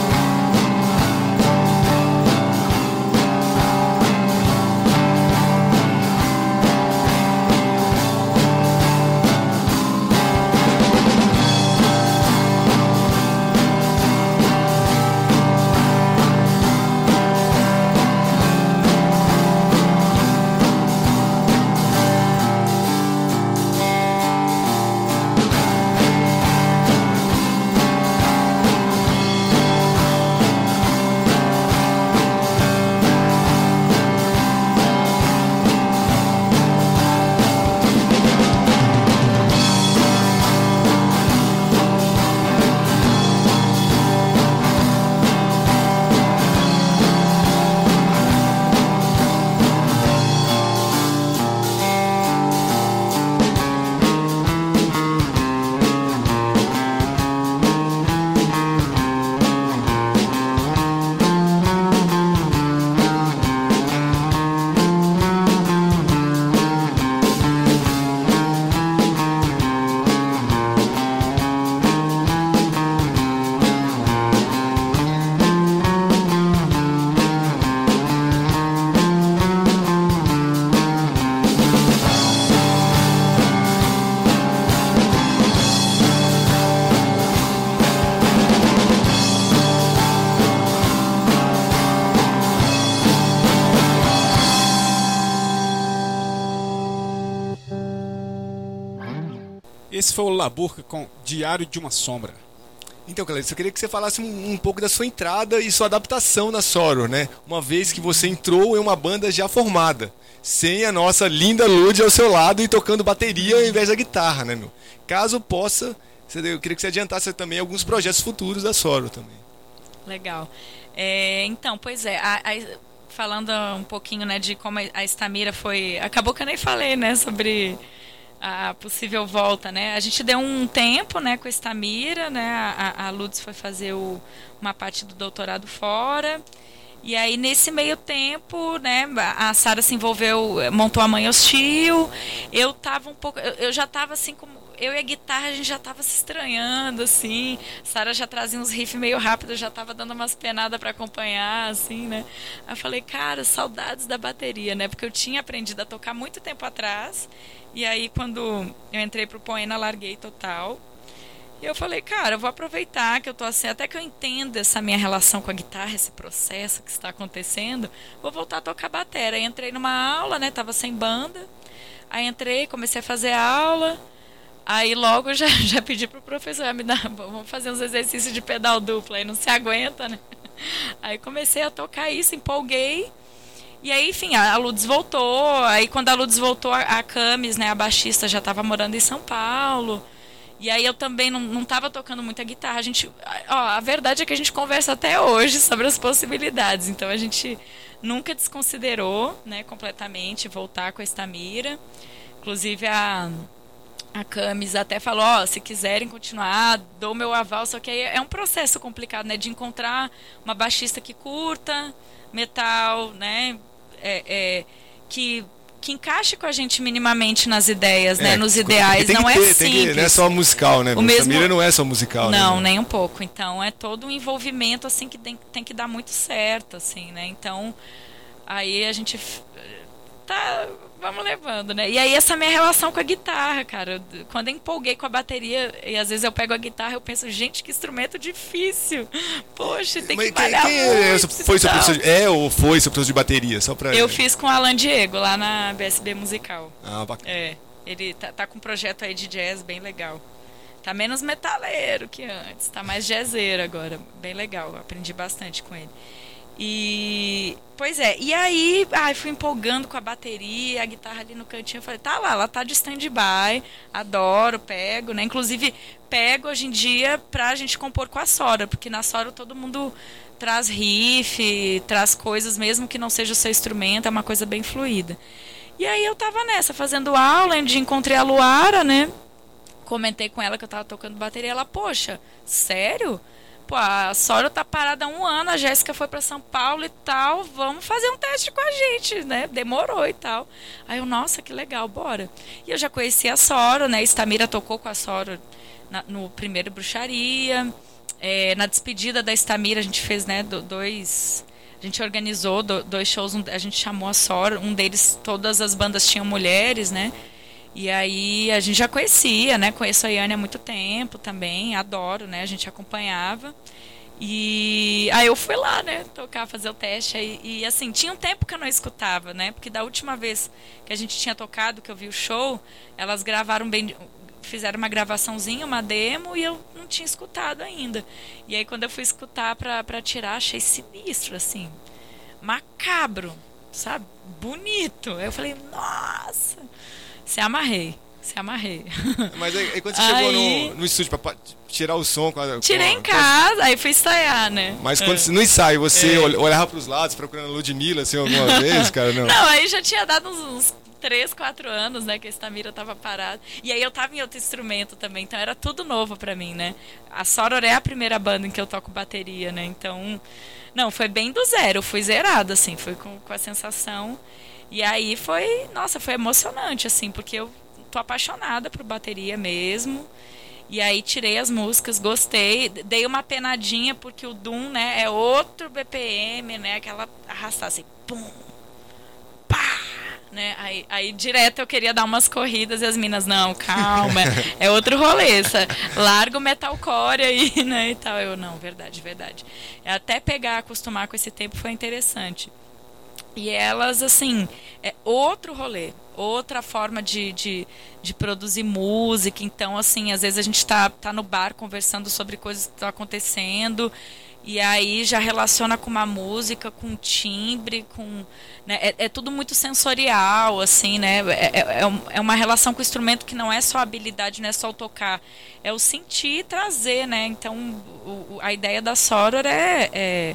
esse foi o Laburca com Diário de uma Sombra. Então, Cleiton, eu queria que você falasse um, um pouco da sua entrada e sua adaptação na Soror, né? Uma vez que você entrou em uma banda já formada, sem a nossa linda Lud ao seu lado e tocando bateria ao invés da guitarra, né, meu? Caso possa, eu queria que você adiantasse também alguns projetos futuros da Soror também. Legal. É, então, pois é, a, a, falando um pouquinho, né, de como a Estamira foi... Acabou que eu nem falei, né, sobre a possível volta, né? A gente deu um tempo, né, com a Estamira, né? A, a Lutz foi fazer o, uma parte do doutorado fora. E aí, nesse meio tempo, né, a Sara se envolveu, montou a Mãe Hostil. Eu tava um pouco... Eu, eu já tava assim como... Eu e a guitarra, a gente já tava se estranhando, assim. Sara já trazia uns riffs meio rápidos, já tava dando umas penadas para acompanhar, assim, né? Aí eu falei, cara, saudades da bateria, né? Porque eu tinha aprendido a tocar muito tempo atrás. E aí, quando eu entrei pro Poena, larguei total. E eu falei, cara, eu vou aproveitar que eu tô assim, até que eu entenda essa minha relação com a guitarra, esse processo que está acontecendo, vou voltar a tocar bateria. Aí entrei numa aula, né? Tava sem banda. Aí entrei, comecei a fazer aula. Aí logo já, já pedi pro professor, ah, me dá, vamos fazer uns exercícios de pedal duplo, aí não se aguenta, né? Aí comecei a tocar isso, empolguei. E aí, enfim, a Lutz voltou. Aí quando a Lutz voltou, a, a Camis, né, a baixista, já estava morando em São Paulo. E aí eu também não, não tava tocando muita guitarra. A gente, ó, a verdade é que a gente conversa até hoje sobre as possibilidades. Então a gente nunca desconsiderou, né, completamente voltar com a Estamira. Inclusive a... A Camis até falou, ó, se quiserem continuar, dou meu aval, só que aí é um processo complicado, né, de encontrar uma baixista que curta metal, né, é, é, que, que encaixe com a gente minimamente nas ideias, é, né, nos ideais, não ter, é tem simples. Que, não é só musical, né, o mesmo... Estamira não é só musical, não, né? nem um pouco, então é todo um envolvimento, assim, que tem, tem que dar muito certo, assim, né, então aí a gente tá... Vamos levando, né? E aí essa minha relação com a guitarra, cara. Quando eu empolguei com a bateria, e às vezes eu pego a guitarra, eu penso, gente, que instrumento difícil. Poxa, tem que malhar quem muito. Foi seu professor de, é ou foi seu professor de bateria? Só pra... Eu fiz com o Alan Diego, lá na B S B Musical. Ah, bacana. É, ele tá, tá com um projeto aí de jazz bem legal. Tá menos metaleiro que antes, tá mais jazzeiro agora. Bem legal, aprendi bastante com ele. E, pois é, e aí, ai, fui empolgando com a bateria, a guitarra ali no cantinho, eu falei, tá lá, ela tá de stand-by, adoro, pego, né, inclusive pego hoje em dia pra gente compor com a Sora, porque na Sora todo mundo traz riff, traz coisas mesmo que não seja o seu instrumento, é uma coisa bem fluida. E aí eu tava nessa, fazendo aula, onde encontrei a Luara, né, comentei com ela que eu tava tocando bateria, ela, poxa, sério? Pô, a Sora tá parada há um ano, a Jéssica foi pra São Paulo e tal, vamos fazer um teste com a gente, né? Demorou e tal. Aí eu, nossa, que legal, bora. E eu já conhecia a Sora, né? Estamira tocou com a Sora na, no primeiro Bruxaria. É, na despedida da Estamira a gente fez, né, do, dois... A gente organizou do, dois shows, um, a gente chamou a Sora, um deles, todas as bandas tinham mulheres, né? E aí a gente já conhecia, né? Conheço a Yane há muito tempo também, adoro, né? A gente acompanhava. E aí eu fui lá, né? Tocar, fazer o teste. E, e assim, tinha um tempo que eu não escutava, né? Porque da última vez que a gente tinha tocado, que eu vi o show, elas gravaram bem... Fizeram uma gravaçãozinha, uma demo, e eu não tinha escutado ainda. E aí quando eu fui escutar pra, pra tirar, achei sinistro, assim. Macabro, sabe? Bonito. Aí eu falei, nossa... Se amarrei, se amarrei. Mas aí, aí quando você aí, chegou no, no estúdio pra tirar o som... Com a, tirei com a, em casa, aí fui ensaiar, né? Mas quando é. no ensaio você é. olhava pros lados procurando Ludmilla, assim, alguma vez, cara? Não, não, aí já tinha dado uns, uns três, quatro anos, né, que a Estamira tava parada. E aí eu tava em outro instrumento também, então era tudo novo pra mim, né? A Soror é a primeira banda em que eu toco bateria, né? Então, não, foi bem do zero, eu fui zerado, assim, fui com, com a sensação... E aí foi, nossa, foi emocionante, assim, porque eu tô apaixonada por bateria mesmo. E aí tirei as músicas, gostei, dei uma penadinha, porque o Doom, né, é outro B P M, né, aquela arrastar assim, pum, pá, né, aí, aí direto eu queria dar umas corridas e as minas, não, calma, é outro rolê, sabe? Larga o metalcore aí, né, e tal. Eu, não, verdade, verdade. Até pegar, acostumar com esse tempo foi interessante. E elas, assim, é outro rolê, outra forma de, de, de produzir música. Então, assim, às vezes a gente tá, tá no bar conversando sobre coisas que estão acontecendo, e aí já relaciona com uma música, com timbre, com... Né, é, é tudo muito sensorial, assim, né? É, é, é uma relação com o instrumento que não é só a habilidade, não é só o tocar, é o sentir e trazer, né? Então, o, a ideia da Soror é... é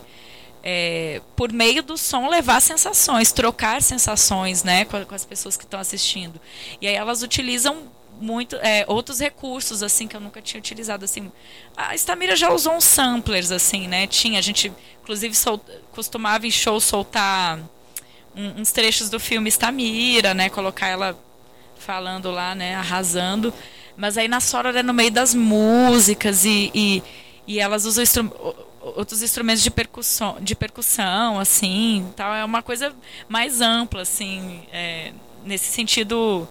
É, por meio do som, levar sensações, trocar sensações, né, com, com as pessoas que estão assistindo. E aí elas utilizam muito é, outros recursos, assim, que eu nunca tinha utilizado. Assim, a Estamira já usou uns samplers, assim, né? Tinha, a gente, inclusive, sol, costumava em show soltar um, uns trechos do filme Estamira, né? Colocar ela falando lá, né? Arrasando. Mas aí na Soror é no meio das músicas e, e, e elas usam instrumentos, outros instrumentos de percussão, de percussão, assim, tal. É uma coisa mais ampla, assim, é, nesse sentido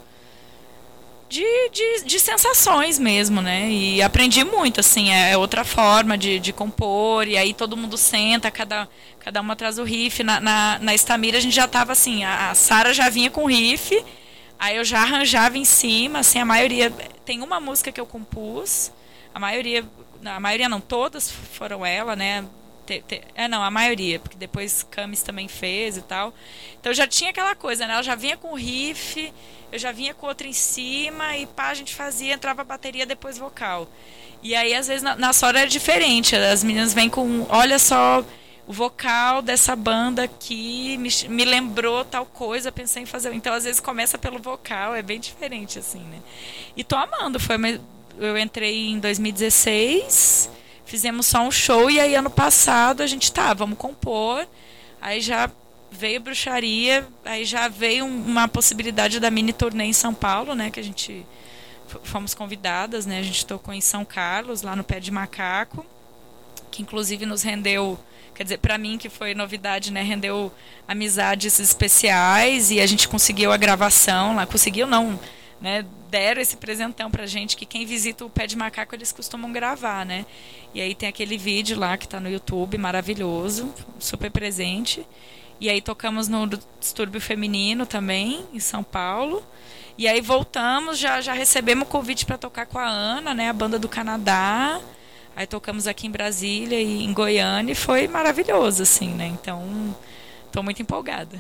de, de, de sensações mesmo, né? E aprendi muito, assim, é outra forma de, de compor, e aí todo mundo senta, cada, cada uma traz o riff. Na, na, na Estamira a gente já tava assim, a, a Sara já vinha com o riff, aí eu já arranjava em cima, assim, a maioria... Tem uma música que eu compus, a maioria... A maioria não, todas foram ela, né? Te, te, é, não, a maioria, porque depois Camis também fez e tal. Então já tinha aquela coisa, né? Ela já vinha com o riff, eu já vinha com outro em cima, e pá, a gente fazia, entrava a bateria, depois vocal. E aí, às vezes, na, na Soror é diferente. As meninas vêm com, olha só, o vocal dessa banda aqui me, me lembrou tal coisa, pensei em fazer. Então, às vezes, começa pelo vocal, é bem diferente, assim, né? E tô amando, foi... Eu entrei em dois mil e dezesseis, fizemos só um show, e aí ano passado a gente, tá, vamos compor. Aí já veio Bruxaria, aí já veio um, uma possibilidade da mini turnê em São Paulo, né, que a gente fomos convidadas, né, a gente tocou em São Carlos, lá no Pé de Macaco, que inclusive nos rendeu, quer dizer, pra mim que foi novidade, né, rendeu amizades especiais, e a gente conseguiu a gravação lá, conseguiu não, né, deram esse presentão pra gente, que quem visita o Pé de Macaco eles costumam gravar, né? E aí tem aquele vídeo lá que tá no YouTube, maravilhoso, super presente. E aí tocamos no Distúrbio Feminino também, em São Paulo. E aí voltamos, já, já recebemos o convite para tocar com a Ana, né? A banda do Canadá. Aí tocamos aqui em Brasília e em Goiânia, e foi maravilhoso, assim, né? Então, tô muito empolgada.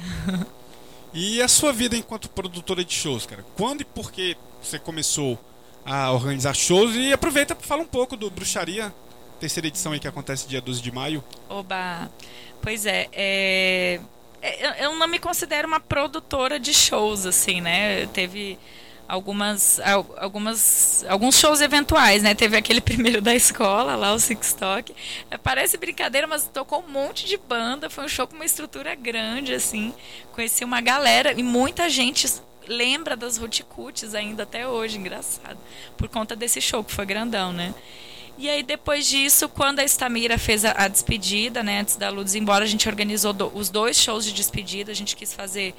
E a sua vida enquanto produtora de shows, cara? Quando e por que você começou a organizar shows? E aproveita para falar um pouco do Bruxaria, terceira edição aí que acontece dia doze de maio. Oba! Pois é, é... eu não me considero uma produtora de shows, assim, né? Teve algumas, algumas, alguns shows eventuais, né? Teve aquele primeiro da escola, lá o Six Talk. É, parece brincadeira, mas tocou um monte de banda. Foi um show com uma estrutura grande, assim. Conheci uma galera e muita gente lembra das Ruticuts ainda até hoje, engraçado. Por conta desse show, que foi grandão, né? E aí, depois disso, quando a Estamira fez a, a despedida, né? Antes da Lourdes ir embora, a gente organizou do, os dois shows de despedida. A gente quis fazer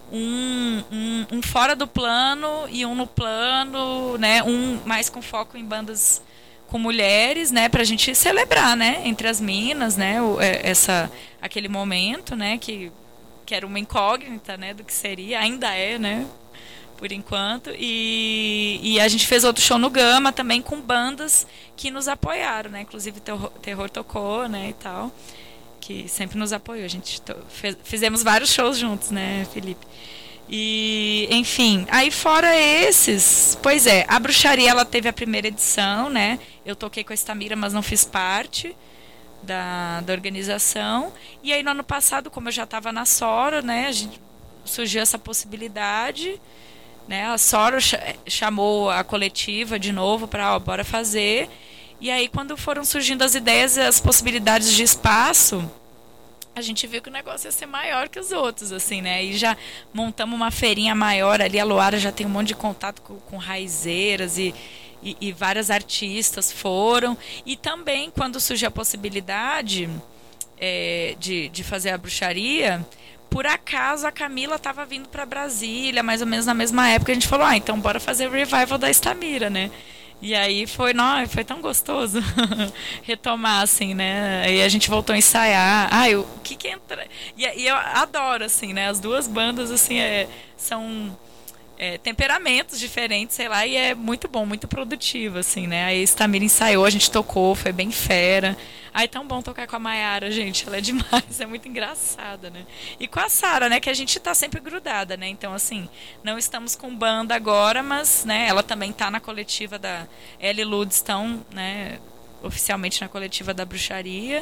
Um, um, um fora do plano e um no plano, né? Um mais com foco em bandas com mulheres, né? Pra gente celebrar, né? Entre as minas, né? O, é, essa, aquele momento, né? Que, que era uma incógnita, né? Do que seria, ainda é, né? Por enquanto. E, e a gente fez outro show no Gama também com bandas que nos apoiaram, né? Inclusive Terror, Terror tocou, né? E tal. Que sempre nos apoiou. A gente to... fez... fizemos vários shows juntos, né, Felipe? E, enfim, aí fora esses, pois é, a Bruxaria, ela teve a primeira edição, né? Eu toquei com a Estamira, mas não fiz parte da, da organização. E aí no ano passado, como eu já estava na Soror, né, a gente... surgiu essa possibilidade, né? A Soror ch... chamou a coletiva de novo para, ó, bora fazer. E aí, quando foram surgindo as ideias e as possibilidades de espaço, a gente viu que o negócio ia ser maior que os outros, assim, né? E já montamos uma feirinha maior ali. A Luara já tem um monte de contato com, com raizeiras e, e, e várias artistas foram. E também, quando surgiu a possibilidade é, de, de fazer a Bruxaria, por acaso a Camila estava vindo para Brasília, mais ou menos na mesma época. A gente falou, ah, então bora fazer o revival da Estamira, né? E aí foi, não, foi tão gostoso retomar, assim, né? Aí a gente voltou a ensaiar. Ai, o que que entra... E, e eu adoro, assim, né? As duas bandas, assim, é, são é, temperamentos diferentes, sei lá, e é muito bom, muito produtivo, assim, né? Aí Stamira ensaiou, a gente tocou, foi bem fera. Ai, tão bom tocar com a Mayara, gente, ela é demais, é muito engraçada, né? E com a Sara, né, que a gente tá sempre grudada, né? Então, assim, não estamos com banda agora, mas, né, ela também tá na coletiva da... Ela e Lud estão, né, oficialmente na coletiva da Bruxaria.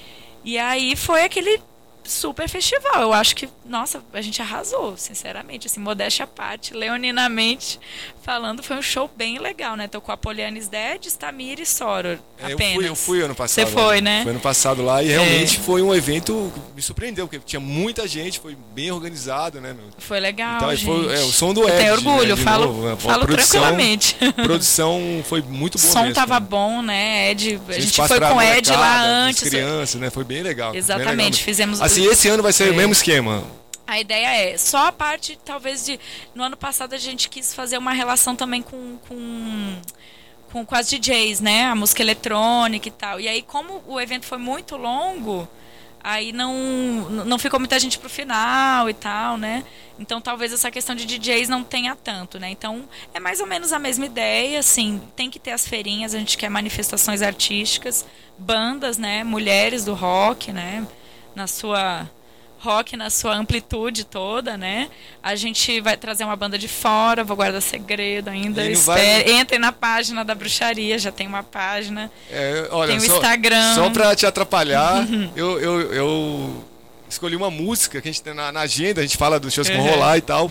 E aí foi aquele super festival. Eu acho que, nossa, a gente arrasou, sinceramente, assim, modéstia à parte, leoninamente falando, foi um show bem legal, né? Tocou a Polianis Dead, Stamira e Soror, É, eu, apenas. fui, eu fui ano passado. Você foi, lá. né? Foi ano passado lá e realmente foi um evento que me surpreendeu, porque tinha muita gente, foi bem organizado, né? Meu? Foi legal, Então, gente. foi, é, o som do Eu Ed, tenho orgulho, né, de falo, novo, a falo produção, tranquilamente. A produção foi muito O boa som mesmo, tava né? bom, né, Ed? A Tinha gente espaço foi pra com o Ed lá molecada, antes. pras crianças, né? Foi bem legal. Exatamente, bem legal mesmo. fizemos... Assim, esse ano vai ser É. o mesmo esquema. A ideia é, só a parte, talvez, de... No ano passado a gente quis fazer uma relação também com... com... Com, com as D Js, né? A música eletrônica e tal. E aí, como o evento foi muito longo, aí não, não ficou muita gente pro final e tal, né? Então, talvez essa questão de D Js não tenha tanto, né? Então, é mais ou menos a mesma ideia, assim. Tem que ter as feirinhas, a gente quer manifestações artísticas, bandas, né? Mulheres do rock, né? Na sua... rock na sua amplitude toda, né? A gente vai trazer uma banda de fora, vou guardar segredo ainda. E não Espere, vai- Entrem na página da Bruxaria, já tem uma página. É, olha, Tem o só, Instagram. Só pra te atrapalhar, eu, eu, eu escolhi uma música que a gente tem na, na agenda, a gente fala dos shows que vão Uhum. rolar e tal.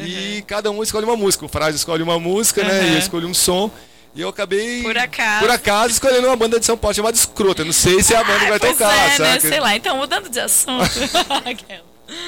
E cada um escolhe uma música. O Frade escolhe uma música, né? Uhum. E eu escolhi um som. E eu acabei, Por acaso. por acaso, escolhendo uma banda de São Paulo chamada Escrota. Não sei se é a banda que vai Pois tocar, é, né? sabe? Sei lá, então mudando de assunto. Aquela.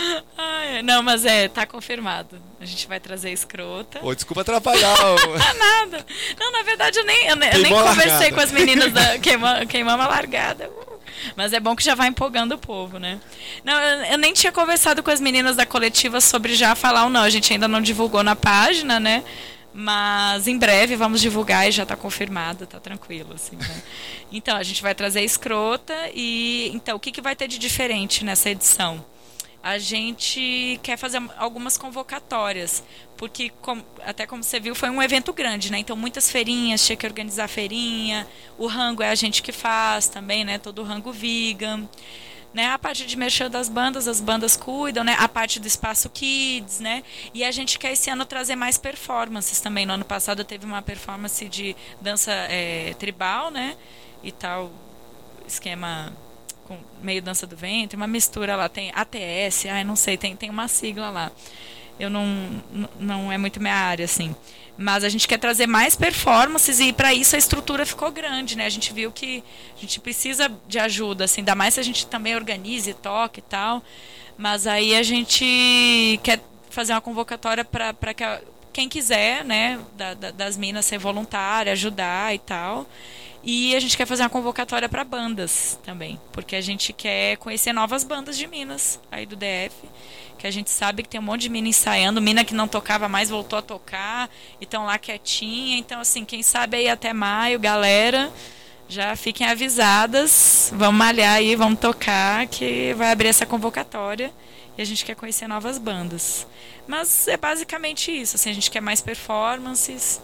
Ai, não, mas é, tá confirmado. A gente vai trazer escrota. Pô, desculpa atrapalhar. o- Nada. Não, na verdade, eu nem, eu nem, eu nem Queimou a conversei largada. com as meninas da queima, Queimamos a Largada. Uh. Mas é bom que já vai empolgando o povo, né? Não, eu, eu nem tinha conversado com as meninas da coletiva sobre já falar ou não. A gente ainda não divulgou na página, né? Mas em breve vamos divulgar e já está confirmado, tá tranquilo, assim, né? Então, a gente vai trazer a escrota e... Então, o que, que vai ter de diferente nessa edição? A gente quer fazer algumas convocatórias, porque, como, até como você viu, foi um evento grande, né? Então, muitas feirinhas, tinha que organizar feirinha, o rango é a gente que faz também, né? Todo o rango vegan. Né, a parte de merchan das bandas, as bandas cuidam, né, a parte do espaço kids, né, e a gente quer esse ano trazer mais performances também. No ano passado teve uma performance de dança é, tribal, né, e tal, esquema com meio dança do ventre, uma mistura lá, tem A T S, ai, não sei, tem, tem uma sigla lá. Eu não, não é muito minha área, assim. Mas a gente quer trazer mais performances e para isso a estrutura ficou grande, né? A gente viu que a gente precisa de ajuda, assim, ainda mais se a gente também organize, toque e tal. Mas aí a gente quer fazer uma convocatória para que a, quem quiser, né, da, da, das minas ser voluntária, ajudar e tal. E a gente quer fazer uma convocatória para bandas também, porque a gente quer conhecer novas bandas de Minas, aí do D F, que a gente sabe que tem um monte de mina ensaiando, mina que não tocava mais voltou a tocar, e estão lá quietinha. Então, assim, quem sabe aí até maio, galera, já fiquem avisadas, vamos malhar aí, vamos tocar, que vai abrir essa convocatória e a gente quer conhecer novas bandas. Mas é basicamente isso, assim, a gente quer mais performances,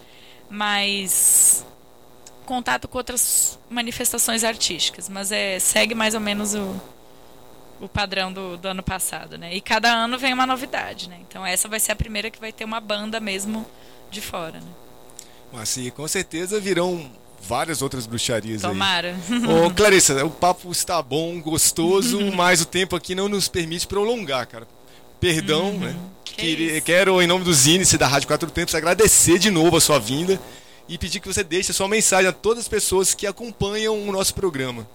mais contato com outras manifestações artísticas, mas é, segue mais ou menos o, o padrão do, do ano passado, né? E cada ano vem uma novidade, né? Então essa vai ser a primeira que vai ter uma banda mesmo de fora, né? Mas sim, com certeza virão várias outras bruxarias Tomara. aí. Ô, Clarissa, o papo está bom, gostoso, mas o tempo aqui não nos permite prolongar, cara. Perdão, Uhum. né? Que Queria- isso. Quero, em nome dos índices da Rádio Quatro Tempos, agradecer de novo a sua vinda e pedir que você deixe a sua mensagem a todas as pessoas que acompanham o nosso programa.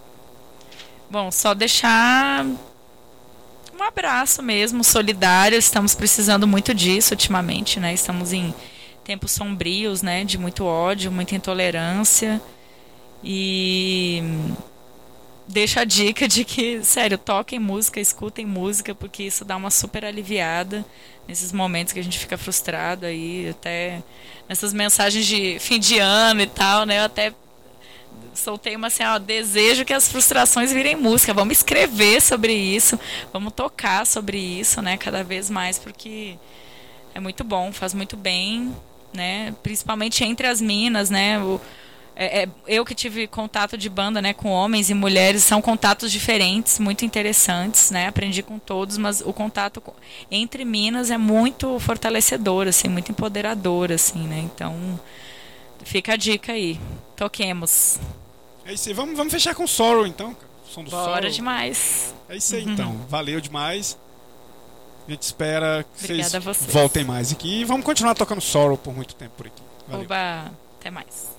Bom, só deixar um abraço mesmo, solidário. Estamos precisando muito disso ultimamente, né? Estamos em tempos sombrios, né? De muito ódio, muita intolerância. E deixo a dica de que, sério, toquem música, escutem música, porque isso dá uma super aliviada nesses momentos que a gente fica frustrado aí, até nessas mensagens de fim de ano e tal, né? Eu até soltei uma assim, ó, desejo que as frustrações virem música. Vamos escrever sobre isso, vamos tocar sobre isso, né? Cada vez mais, porque é muito bom, faz muito bem, né? Principalmente entre as minas, né? O, é, é, eu que tive contato de banda, né, com homens e mulheres, são contatos diferentes, muito interessantes, né? Aprendi com todos, mas o contato com, entre minas é muito fortalecedor, assim, muito empoderador, assim, né? Então, fica a dica aí. Toquemos. É isso aí. Vamos, vamos fechar com Sorrow, então, cara. O som do Bora Sorrow. demais. É isso aí, Uhum. então. Valeu demais. A gente espera que Obrigada vocês, a vocês. voltem mais aqui. E vamos continuar tocando Sorrow por muito tempo por aqui. Valeu. Oba, até mais.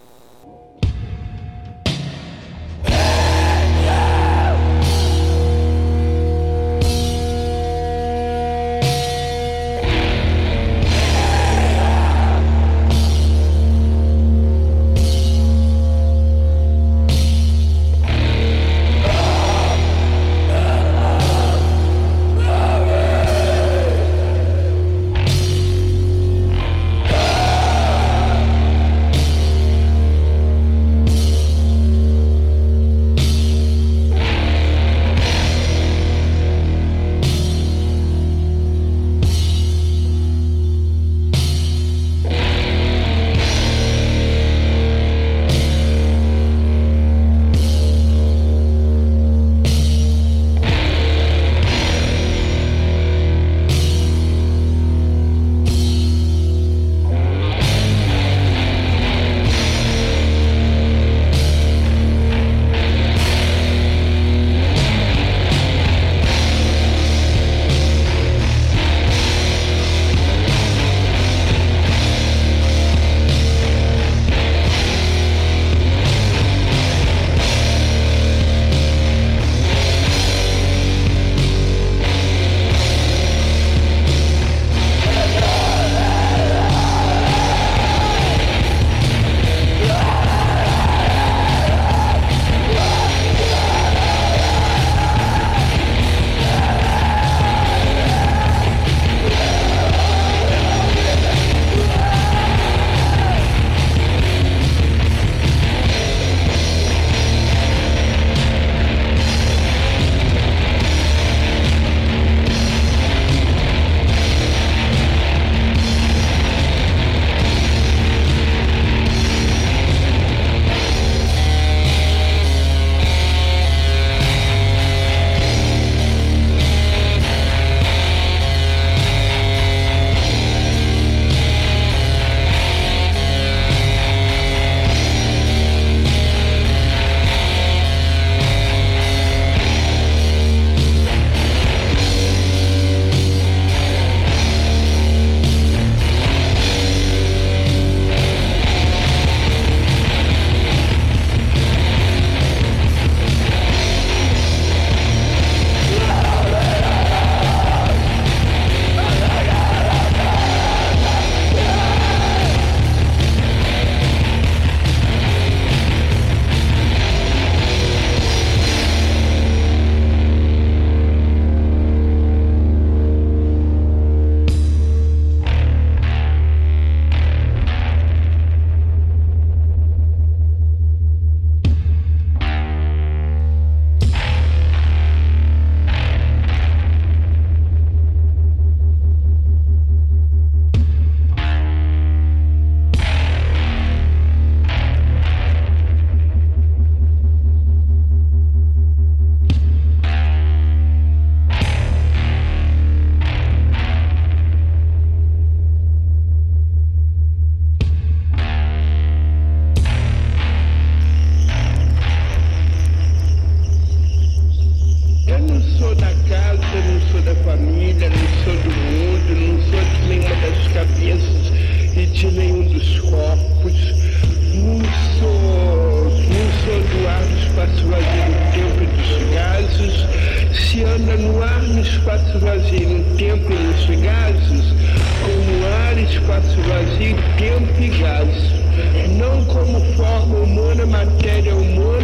espaço vazio no tempo e nos gases, como ar, espaço vazio, tempo e gases, não como forma humana, matéria humana,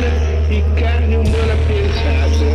e carne humana pesada.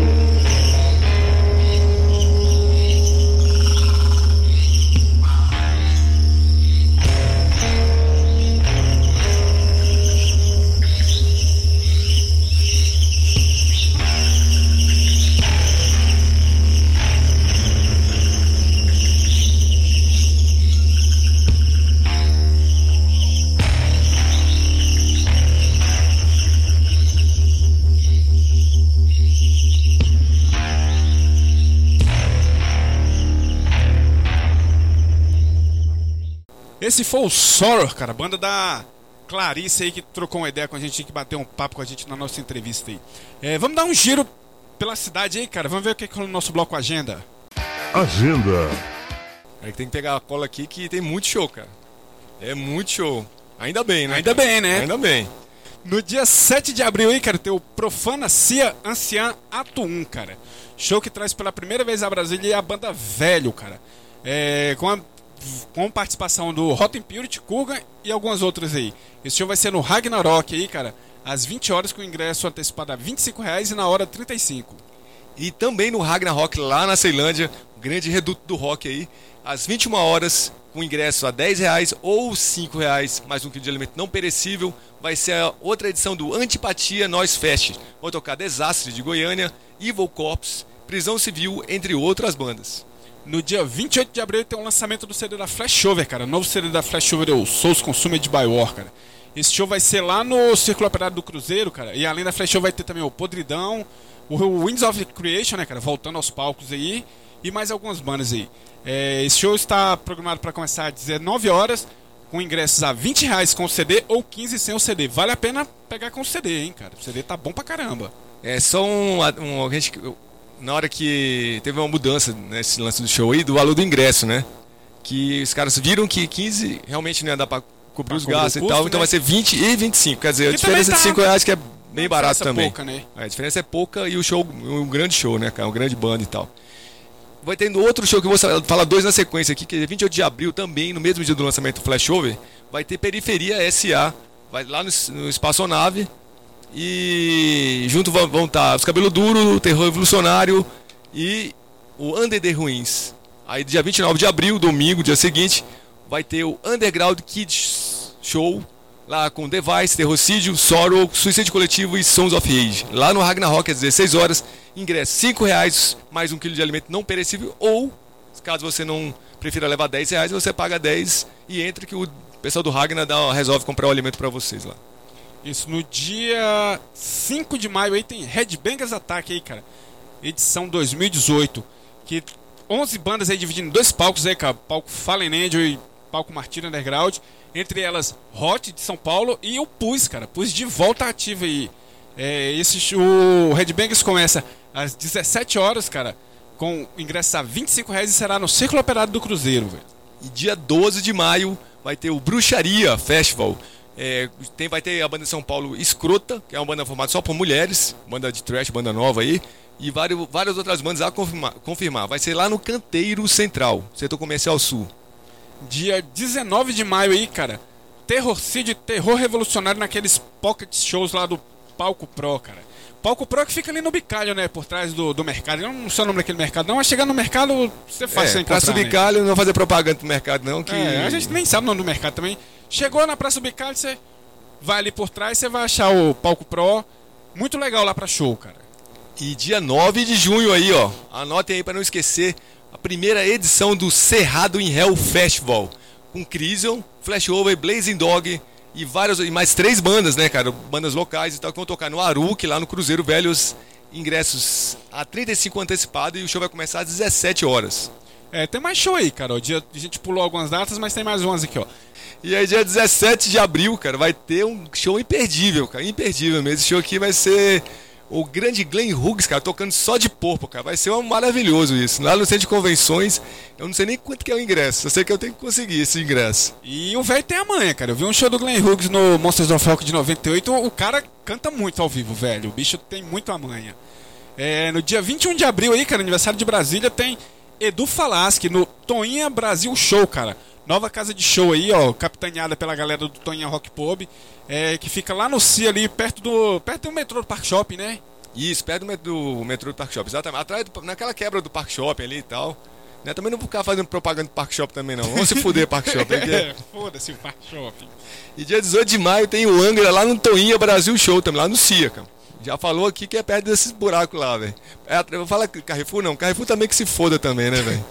Esse foi o Sorrow, cara, banda da Clarice aí, que trocou uma ideia com a gente, que bateu um papo com a gente na nossa entrevista aí. É, vamos dar um giro pela cidade aí, cara, vamos ver o que é no nosso bloco Agenda. Agenda. Aí tem que pegar a cola aqui que tem muito show, cara. É muito show. Ainda bem, né? Ainda bem, né? Ainda bem. No dia sete de abril aí, cara, tem o Profana Cia Anciã Ato um, cara. Show que traz pela primeira vez a Brasília a banda Velho, cara. É, com a com participação do Rotten Purity, Kurgan e algumas outras aí. Esse show vai ser no Ragnarok aí, cara, às vinte horas, com o ingresso antecipado a vinte e cinco reais e na hora trinta e cinco. E também no Ragnarok, lá na Ceilândia, o grande reduto do rock aí, às vinte e uma horas, com ingresso a dez reais ou cinco reais, mais um quilo de alimento não perecível, vai ser a outra edição do Antipatia Nós Fest. Vou tocar Desastre de Goiânia, Evil Corps, Prisão Civil, entre outras bandas. No dia vinte e oito de abril tem o lançamento do C D da Flashover, cara. O novo C D da Flashover é o Souls Consumed by War, cara. Esse show vai ser lá no Círculo Operário do Cruzeiro, cara. E além da Flashover vai ter também o Podridão, o Winds of Creation, né, cara, voltando aos palcos aí, e mais algumas bandas aí. É, esse show está programado para começar às dezenove horas, com ingressos a vinte reais com o C D ou quinze sem o C D. Vale a pena pegar com o C D, hein, cara. O C D tá bom pra caramba. É só um... um a gente... Na hora que teve uma mudança nesse lance do show aí, do valor do ingresso, né? Que os caras viram que quinze realmente não ia dar pra cobrir Pra os cobrir gastos o e custo, tal, né? então vai ser vinte e vinte e cinco. Quer dizer, a Que diferença também de tá- cinco reais que é bem barato diferença também. pouca, né? É, a diferença é pouca e o show, um grande show, né, cara? Um grande banda e tal. Vai ter outro show que eu vou falar dois na sequência aqui, que é vinte e oito de abril também, no mesmo dia do lançamento do Flashover, vai ter Periferia S A. Vai lá no, no Espaço Nave. E junto vão, vão estar os Cabelo Duro, o Terror Revolucionário e o Under the Ruins. Aí dia vinte e nove de abril, domingo, dia seguinte, vai ter o Underground Kids Show, lá com Device, Terrorcídio, Sorrow, Suicídio Coletivo e Sons of Rage. Lá no Ragnarok, às dezesseis horas, ingresso cinco reais, mais um quilo de alimento não perecível, ou, caso você não prefira levar dez reais, você paga dez e entra que o pessoal do Ragnar dá, resolve comprar o alimento para vocês lá. Isso, no dia cinco de maio aí tem Headbangers Attack aí, cara. Edição dois mil e dezoito. Que onze bandas aí dividindo em dois palcos aí, cara. Palco Fallen Angel e palco Martyr Underground. Entre elas, Hot de São Paulo e o Pus, cara. Pus de volta ativa aí. É, esse, o Headbangers começa às dezessete horas, cara. Com ingresso a vinte e cinco reais e será no Círculo Operário do Cruzeiro, velho. E dia doze de maio vai ter o Bruxaria Festival. É, tem, vai ter a banda de São Paulo Escrota, que é uma banda formada só por mulheres, banda de thrash, banda nova aí, e vários, várias outras bandas a confirmar, confirmar. Vai ser lá no Canteiro Central, setor comercial sul. Dia dezenove de maio aí, cara. Terrorcídio e Terror Revolucionário naqueles pocket shows lá do Palco Pro, cara. Palco Pro que fica ali no Bicalho, né? Por trás do, do mercado. Eu não sei o nome daquele mercado, não. Mas chegar no mercado, você faz sem É, encontrar, Praça do né? Bicalho, não vou fazer propaganda pro mercado não, que... É, a gente nem sabe o nome do mercado também. Chegou na Praça do Bicalho, você vai ali por trás, você vai achar o Palco Pro. Muito legal lá pra show, cara. E dia nove de junho aí, ó, anotem aí pra não esquecer, a primeira edição do Cerrado em Hell Festival, com Crisium, Flashover, Blazing Dog e várias, e mais três bandas, né, cara, bandas locais e tal, que vão tocar no Aruque, lá no Cruzeiro Velho, os ingressos a trinta e cinco antecipado e o show vai começar às dezessete horas. É, tem mais show aí, cara. O dia, a gente pulou algumas datas, mas tem mais umas aqui, ó. E aí dia dezessete de abril, cara, vai ter um show imperdível, cara, imperdível mesmo. Esse show aqui vai ser o grande Glenn Hughes, cara, tocando só de porpo, cara. Vai ser um maravilhoso isso. Lá no centro de convenções, eu não sei nem quanto que é o ingresso. Eu sei que eu tenho que conseguir esse ingresso. E o velho tem a manha, cara. Eu vi um show do Glenn Hughes no Monsters of Rock de noventa e oito. O cara canta muito ao vivo, velho. O bicho tem muito a manha. É, no dia vinte e um de abril aí, cara, aniversário de Brasília, tem Edu Falaschi no Toinha Brasil Show, cara. Nova casa de show aí, ó, capitaneada pela galera do Toninha Rock Pub, é, que fica lá no C I, ali, perto do, perto do metrô do Park Shopping, né? Isso, perto do met- do metrô do Park Shopping, exatamente. Atrás do, naquela quebra do Park Shopping ali e tal. Né? Também não vou ficar fazendo propaganda do Park Shopping também, não. Vamos se fuder, Park Shopping. Porque... É, foda-se o Park Shopping. E dia dezoito de maio tem o Angra lá no Toinha Brasil Show também, lá no C I A, cara. Já falou aqui que é perto desses buracos lá, velho. É, eu vou falar Carrefour, não. Carrefour também que se foda também, né, velho?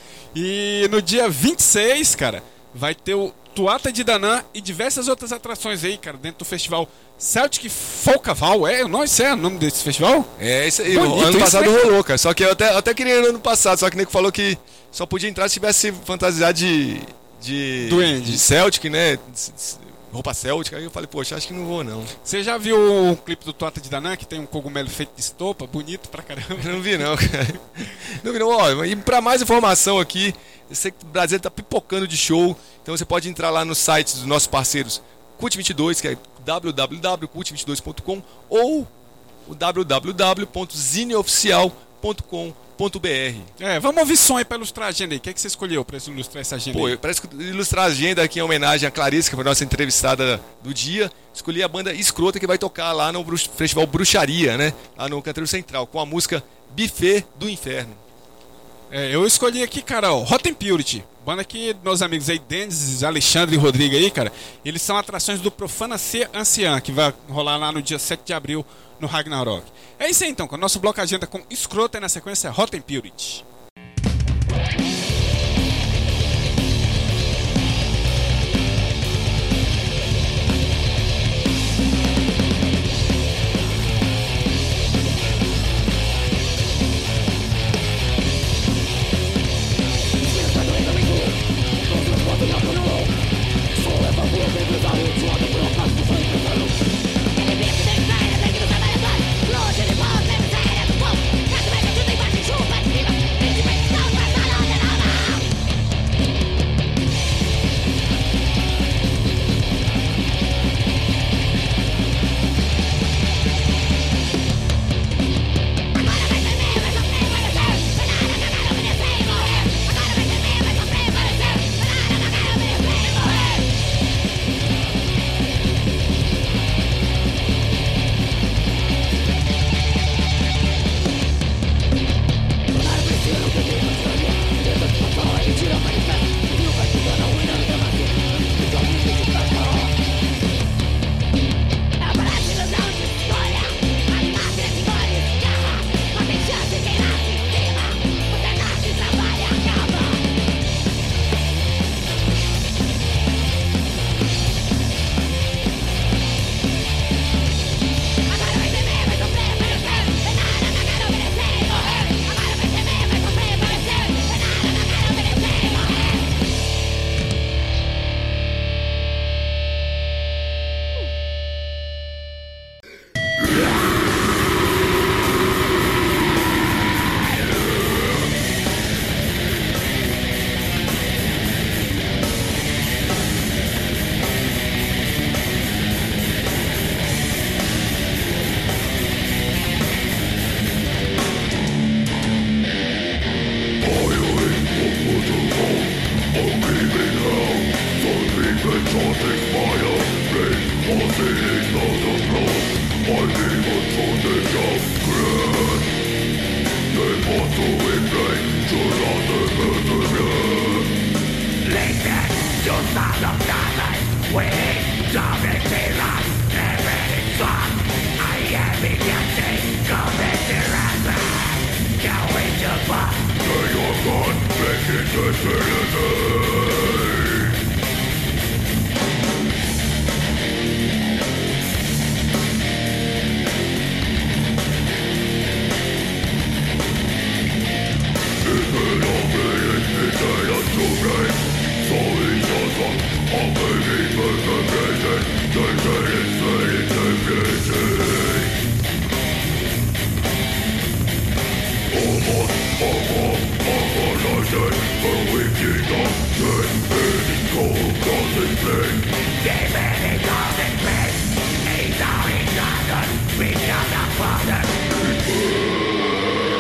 E no dia vinte e seis, cara, vai ter o Tuata de Danã e diversas outras atrações aí, cara, dentro do festival Celtic Folkaval. É, não, isso é o nome desse festival? É, isso aí. Bonito O ano isso, passado né? rolou, cara. Só que eu até, eu até queria ir no ano passado, só que o nego falou que só podia entrar se tivesse fantasiado de. de. Duende. de Celtic, né? Roupa Celtic. Aí eu falei, poxa, acho que não vou, não. Você já viu o clipe do Tuata de Danã, que tem um cogumelo feito de estopa? Bonito pra caramba. Eu não vi, não, cara. Não vi, não. Ó, e pra mais informação aqui, eu sei que o Brasil tá pipocando de show, então você pode entrar lá no site dos nossos parceiros Cult vinte e dois, que é w w w ponto cult vinte e dois ponto com ou o w w w ponto zineoficial ponto com ponto b r. É, vamos ouvir som aí pra ilustrar a agenda aí. O que, é que você escolheu pra ilustrar essa agenda Pô, aí? parece que ilustrar a agenda aqui em homenagem à Clarice, que foi a nossa entrevistada do dia. Escolhi a banda Escrota, que vai tocar lá no Bru- Festival Bruxaria, né? Lá no Canteiro Central, com a música Buffet do Inferno. É, eu escolhi aqui, cara, ó, Rotten Purity. Banda que meus amigos aí, Denis, Alexandre e Rodrigo aí, cara, eles são atrações do Profana Ser Anciã, que vai rolar lá no dia sete de abril no Ragnarok. É isso aí então, com o nosso bloco agenda com Escrota e na sequência Rotten Purity.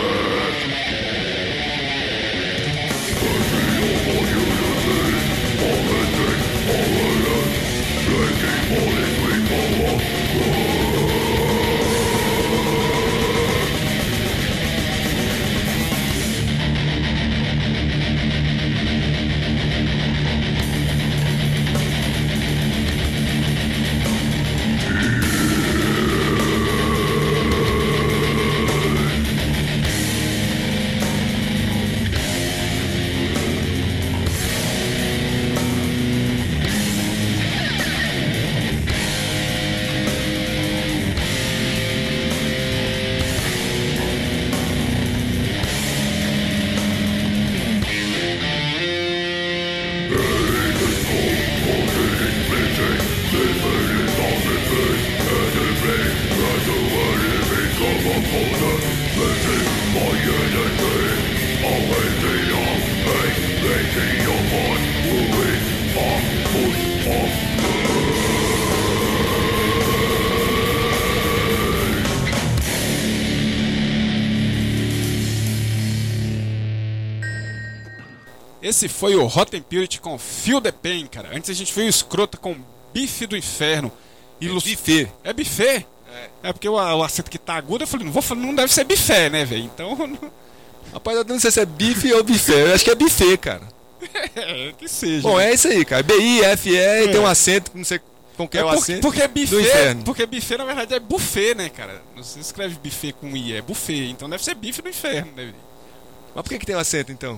Unity, Esse foi o Rotten Purity com Feel the Pain, cara. Antes a gente viu o Escrota com Bife do Inferno. É Ilus- buffet. É buffet? É. É porque o, o acento que tá agudo, eu falei, não vou falar, não deve ser buffet, né, velho? Então, não- Rapaz, eu não sei se é bife ou buffet. Eu acho que é buffet, cara. é, que seja. Bom, é isso aí, cara. B I F E, tem um acento, não sei qual que é, É o por- acento. porque do buffet, inferno. porque buffet na verdade é buffet, né, cara? Não se escreve buffet com I, é buffet, então deve ser bife do inferno, né? Mas por que, que tem um acento, então?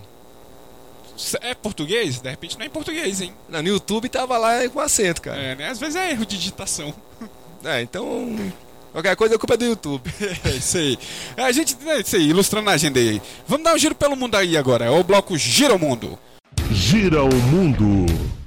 É português? De repente não é em português, hein? Não, no YouTube tava lá com acento, cara. É, né? Às vezes é erro de digitação. É, então. Qualquer coisa a culpa é do YouTube. É isso aí. A gente, é isso aí, ilustrando a agenda aí. Vamos dar um giro pelo mundo aí agora. É o bloco Gira o Mundo. Gira o mundo.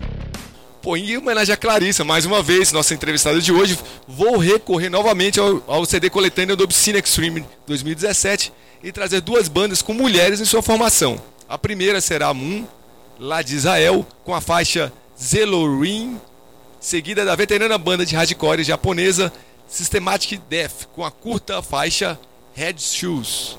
Pô, em homenagem a Clarissa, mais uma vez, nossa entrevistada de hoje, vou recorrer novamente ao, ao C D coletânea do Obscene Extreme dois mil e dezessete e trazer duas bandas com mulheres em sua formação. A primeira será a Moon, lá de Israel, com a faixa Zelorim, seguida da veterana banda de hardcore japonesa Systematic Death, com a curta faixa Head Shoes.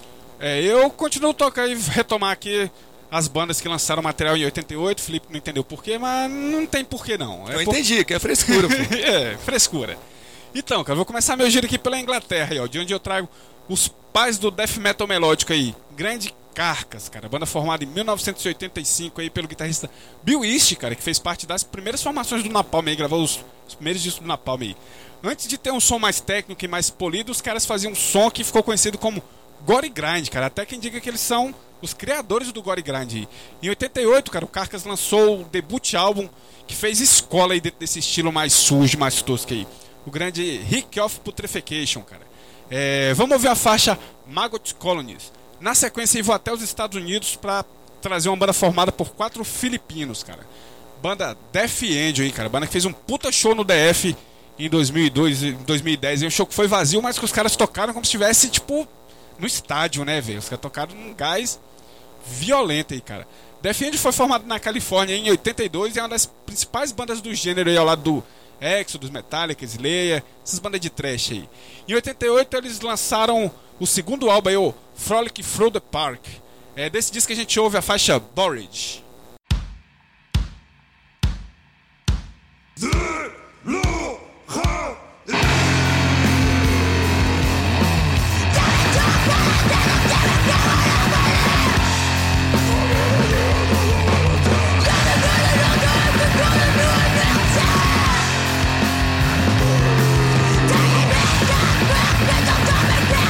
É, eu continuo tocando e retomar aqui as bandas que lançaram material em oitenta e oito. Felipe não entendeu porquê, mas não tem porquê não. É Eu por- entendi, que é frescura, pô. É, frescura. Então, cara, vou começar meu giro aqui pela Inglaterra, aí, ó, de onde eu trago os pais do death metal melódico aí. Grande Carcass, cara, banda formada em mil novecentos e oitenta e cinco aí pelo guitarrista Bill East, cara, que fez parte das primeiras formações do Napalm aí, gravou os, os primeiros discos do Napalm aí. Antes de ter um som mais técnico e mais polido, os caras faziam um som que ficou conhecido como Gore Grind, cara. Até quem diga que eles são os criadores do Gore Grind aí. Em oitenta e oito, cara, o Carcass lançou o debut álbum que fez escola aí dentro desse estilo mais sujo, mais tosco aí. O grande Rick of Putrefaction, cara. É, vamos ouvir a faixa Maggot Colonies. Na sequência, eu vou até os Estados Unidos pra trazer uma banda formada por quatro filipinos, cara. Banda Death Angel aí, cara. Banda que fez um puta show no D F em dois mil e dois, em dois mil e dez. E um show que foi vazio, mas que os caras tocaram como se estivesse, tipo, no estádio, né, velho? Os caras tocaram num gás violento aí, cara. Death Angel foi formado na Califórnia em oitenta e dois e é uma das principais bandas do gênero aí ao lado do Exodus, Metallica, Slayer, essas bandas de trash aí. Em oitenta e oito eles lançaram o segundo álbum aí, o Frolic Through the Park. É desse disco que a gente ouve a faixa Borage.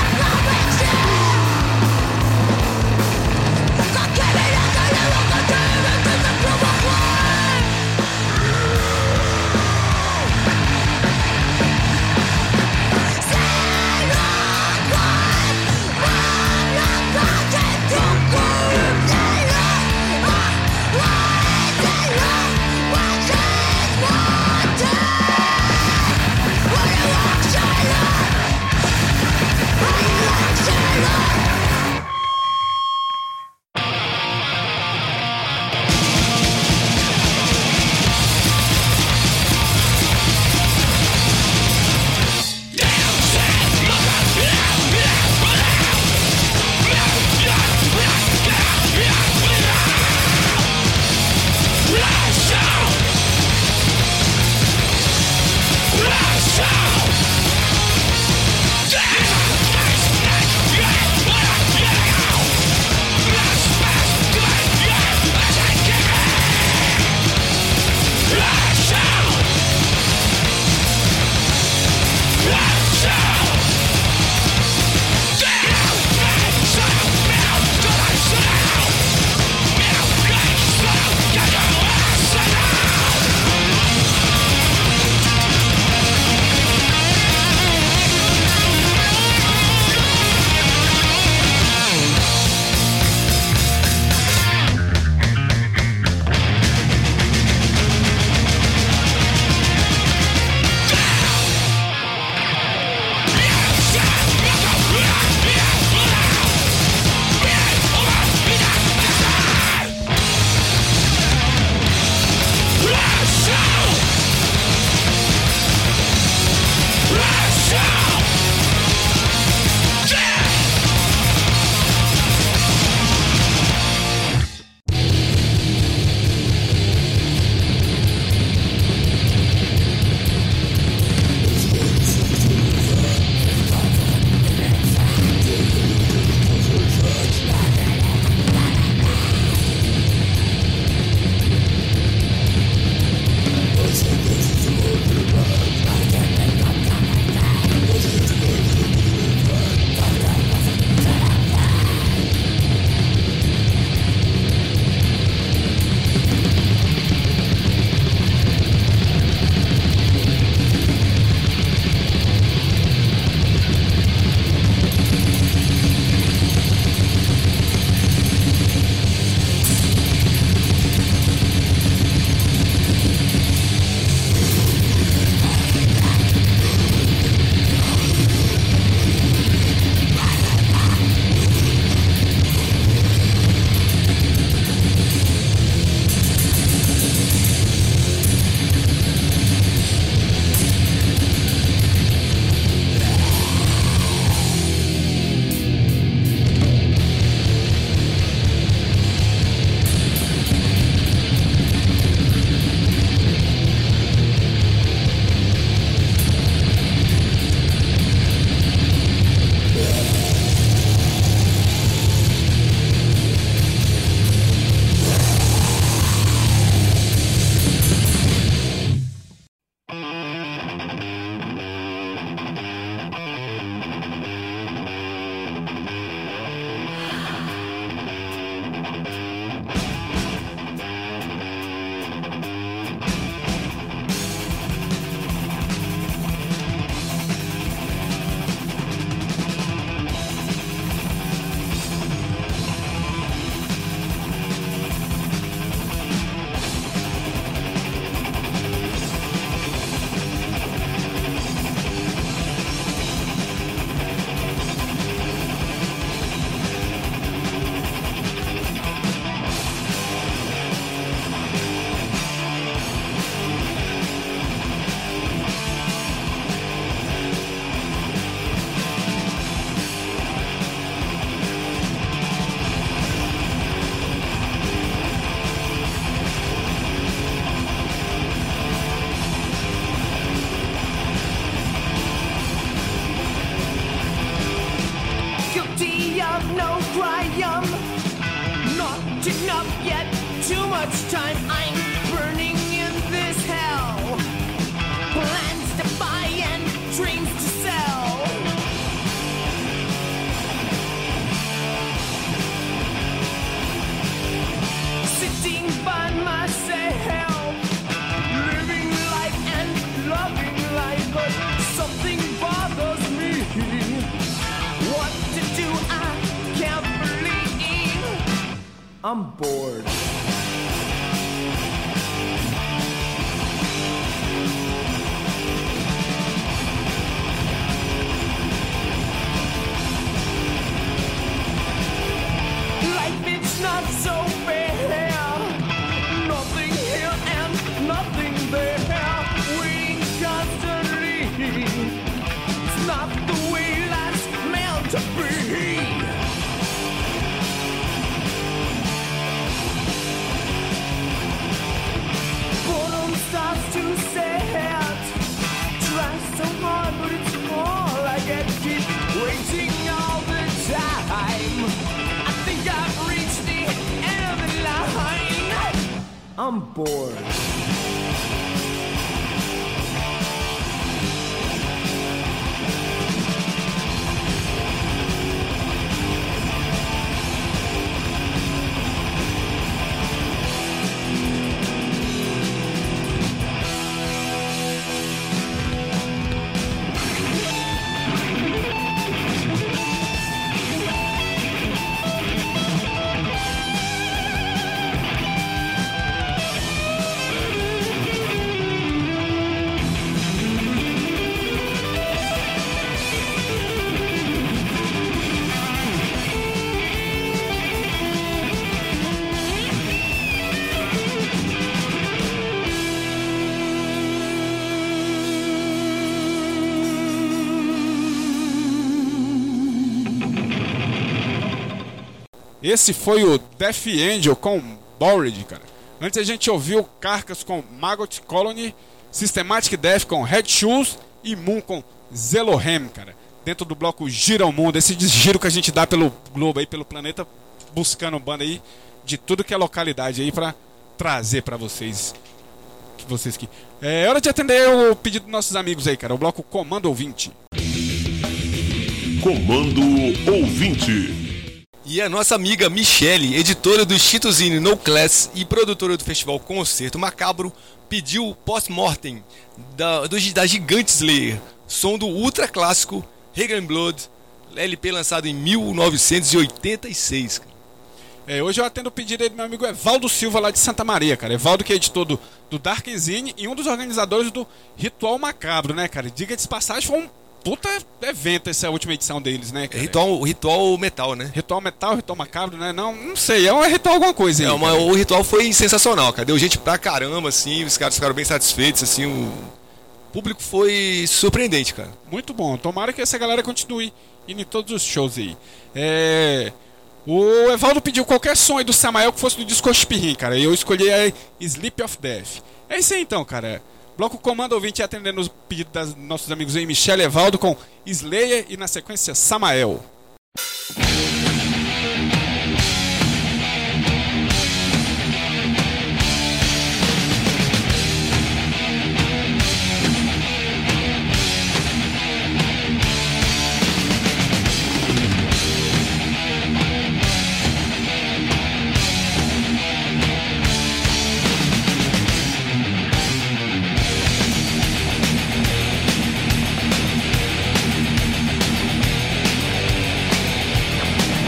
Give it up, catching up yet. Too much time, I'm burning in this hell. Plans to buy and dreams to sell. Sitting by myself, living life and loving life, but something bothers me. What to do, I can't believe. I'm bored. Life is not so fair. Nothing here and nothing there. Waiting constantly. It's not the way life's meant to be. Boredom starts to set. Try so hard, but it's all I get. Keep waiting all the time. I think I've reached the end of the line. I'm bored. Esse foi o Death Angel com Bored, cara. Antes a gente ouviu Carcass com Maggot Colony, Systematic Death com Red Shoes e Moon com Zelohem, cara. Dentro do bloco Gira o Mundo, esse giro que a gente dá pelo globo aí, pelo planeta, buscando banda aí de tudo que é localidade aí pra trazer pra vocês. Que vocês que é hora de atender o pedido dos nossos amigos aí, cara. O bloco Comando Ouvinte. Comando Ouvinte. E a nossa amiga Michele, editora do Instituzine No Class e produtora do festival Concerto Macabro, pediu o Post-Mortem da, do, da Gigante Slayer, som do ultra clássico Regan Blood, L P lançado em mil novecentos e oitenta e seis. É, hoje eu atendo o pedido aí do meu amigo Evaldo Silva, lá de Santa Maria, cara. Evaldo, que é editor do, do Dark Zine e um dos organizadores do Ritual Macabro, né, cara? Diga de passagem, foi um puta evento essa última edição deles, né, cara? É ritual, ritual metal, né? Ritual metal, ritual macabro, né? Não, não sei, é um ritual alguma coisa aí. É, uma, o ritual foi sensacional, cara. Deu gente pra caramba, assim, os caras ficaram bem satisfeitos, assim, o público foi surpreendente, cara. Muito bom, tomara que essa galera continue indo em todos os shows aí. É... O Evaldo pediu qualquer som aí do Samael que fosse do disco Ospirrim, cara, e eu escolhi a Sleep of Death. É isso aí então, cara. Bloco Comando Ouvinte atendendo os pedidos dos nossos amigos aí, Michele Evaldo com Slayer e na sequência Samael. I'm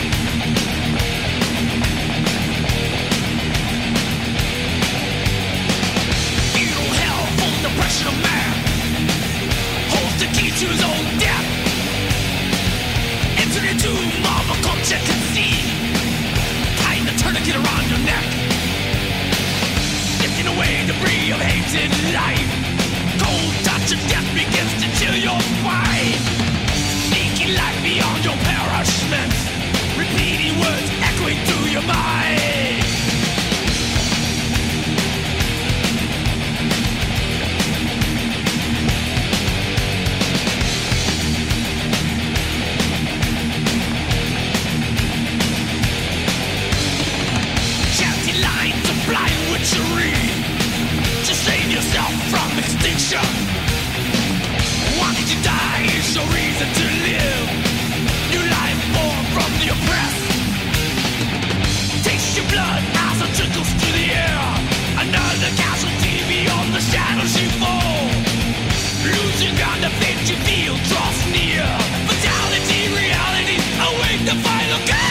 blind witchery to save yourself from extinction. Wanting to die is your reason to live. New life born from the oppressed. Taste your blood as it trickles through the air. Another casualty beyond the shadows you fall. Losing ground, the fate you feel draws near. Fatality, reality, await the final call.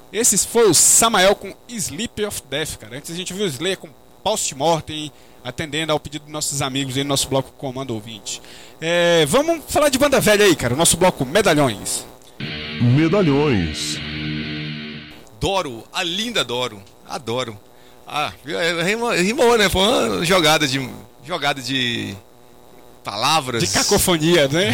Esse foi o Samael com Sleep of Death, cara. Antes a gente viu o Slayer com Post-Mortem, atendendo ao pedido dos nossos amigos aí no nosso bloco Comando Ouvinte. É, vamos falar de banda velha aí, cara. O nosso bloco Medalhões. Medalhões. Doro, a linda Doro. Adoro. Ah, rimou, rimou, né? Foi uma jogada de. Jogada de. Palavras. De cacofonia, né?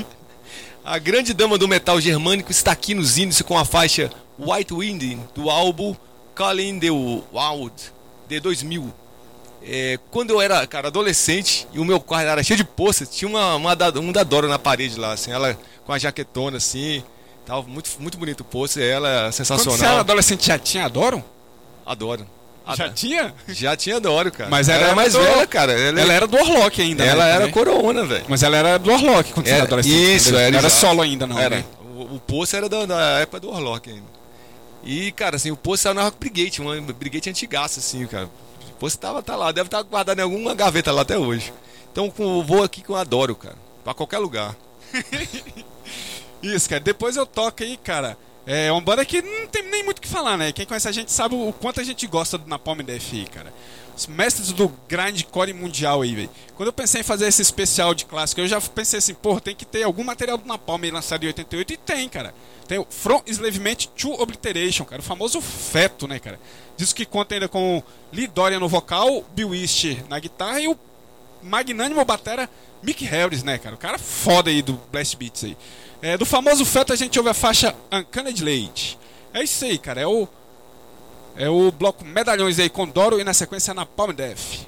A grande dama do metal germânico está aqui nos índices com a faixa White Wind do álbum Calling the Wild de dois mil. É, quando eu era, cara, adolescente e o meu quarto era cheio de pôster, tinha uma, uma da, um da Dora na parede lá, assim, ela com a jaquetona assim, tava muito, muito bonito o pôster, ela é sensacional. Quando você era adolescente já tinha Adoro? Adoro. Já tinha? Já tinha Adoro, cara. Mas ela ela era mais do... velha, cara. Ela, ela era do Orlock ainda. Ela né, era também. coroona, velho. Mas ela era do Orlock quando você era adolescente. Isso, não era. era exato. solo ainda, não. Era. Né? O, o pôster era da, da época do Orlock ainda. E, cara, assim, o pôster saiu na Rock Brigade, uma Brigade antigaça, assim, cara. O pôster tava, tá lá, deve estar guardado em alguma gaveta lá até hoje. Então, com, vou aqui com o Adoro, cara. Pra qualquer lugar. Isso, cara. Depois eu toco aí, cara. É uma banda que não tem nem muito o que falar, né? Quem conhece a gente sabe o quanto a gente gosta do Napalm Death aí, cara. Os mestres do grindcore mundial aí, velho. Quando eu pensei em fazer esse especial de clássico, eu já pensei assim, pô, tem que ter algum material do Napalm aí lançado em oitenta e oito, e tem, cara. Tem o From Enslavement to Obliteration, cara. O famoso feto, né, cara? Disco que conta ainda com Lee Dorian no vocal, Bill East na guitarra e o magnânimo batera Mick Harris, né, cara? O cara foda aí do Blast Beats aí. É, do famoso feto a gente ouve a faixa Uncanny Late. É isso aí, cara. É o, é o bloco Medalhões aí com Doro e na sequência Napalm Death.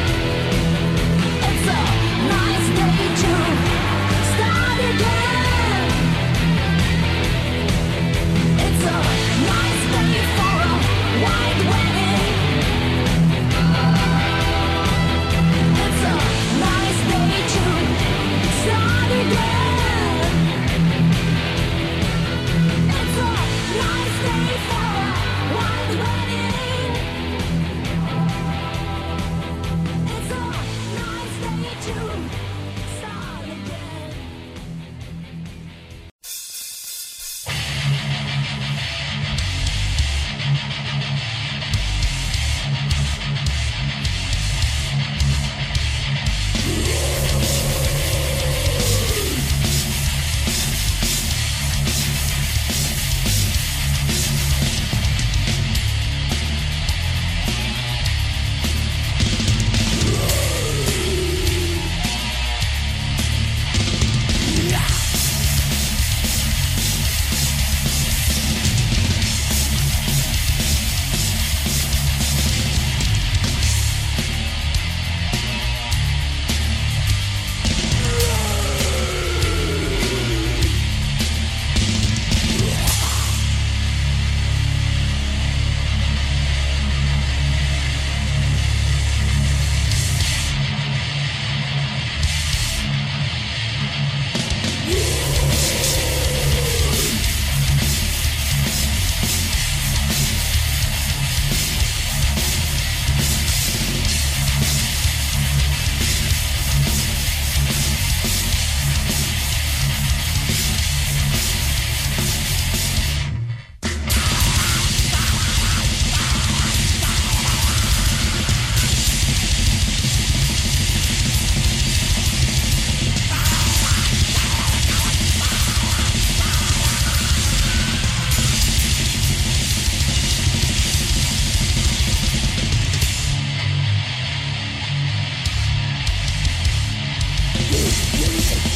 Start again.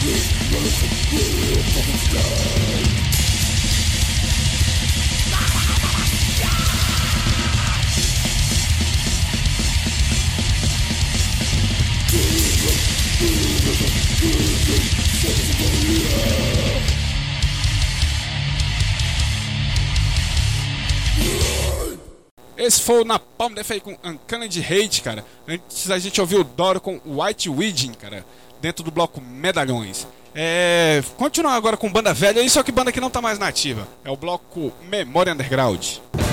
Esse foi o Napalm Death aí com Uncanny Hate, cara. Antes a gente ouviu o Doro com White Wedding, cara, dentro do bloco Medalhões. É... Continuar agora com banda velha, só que banda que não tá mais nativa. É o bloco Memória Underground.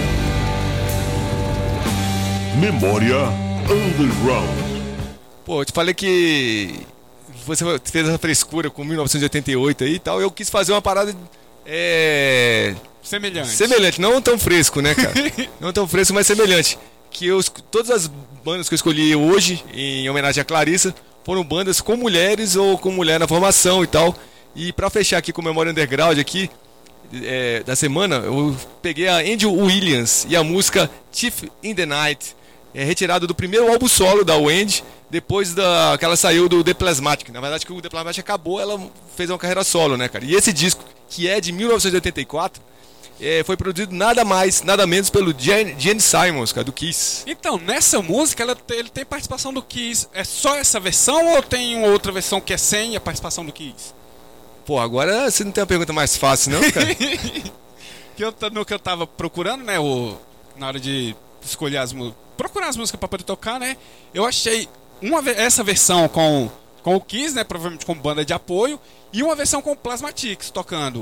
Memória Underground. Pô, eu te falei que você fez essa frescura com mil novecentos e oitenta e oito aí e tal. Eu quis fazer uma parada é... semelhante. Semelhante, não tão fresco, né, cara? Não tão fresco, mas semelhante. Que eu, todas as bandas que eu escolhi hoje, em homenagem a Clarissa, foram bandas com mulheres ou com mulher na formação e tal. E pra fechar aqui com Memória Underground aqui, é, da semana, eu peguei a Andrew Williams e a música Thief in the Night, é retirada do primeiro álbum solo da Wendy, depois da, que ela saiu do The Plasmatic. Na verdade, que o The Plasmatic acabou, ela fez uma carreira solo, né, cara? E esse disco, que é de mil novecentos e oitenta e quatro, é, foi produzido nada mais, nada menos pelo Gene, Gene Simons, cara, do Kiss. Então, nessa música, ela, ele tem participação do Kiss. É só essa versão ou tem uma outra versão que é sem a participação do Kiss? Pô, agora você não tem uma pergunta mais fácil, não, cara? que eu, no que eu tava procurando, né, o, na hora de escolher as músicas, procurar as músicas pra poder tocar, né, eu achei uma, essa versão com, com o Kiss, né, provavelmente com banda de apoio, e uma versão com o Plasmatics tocando.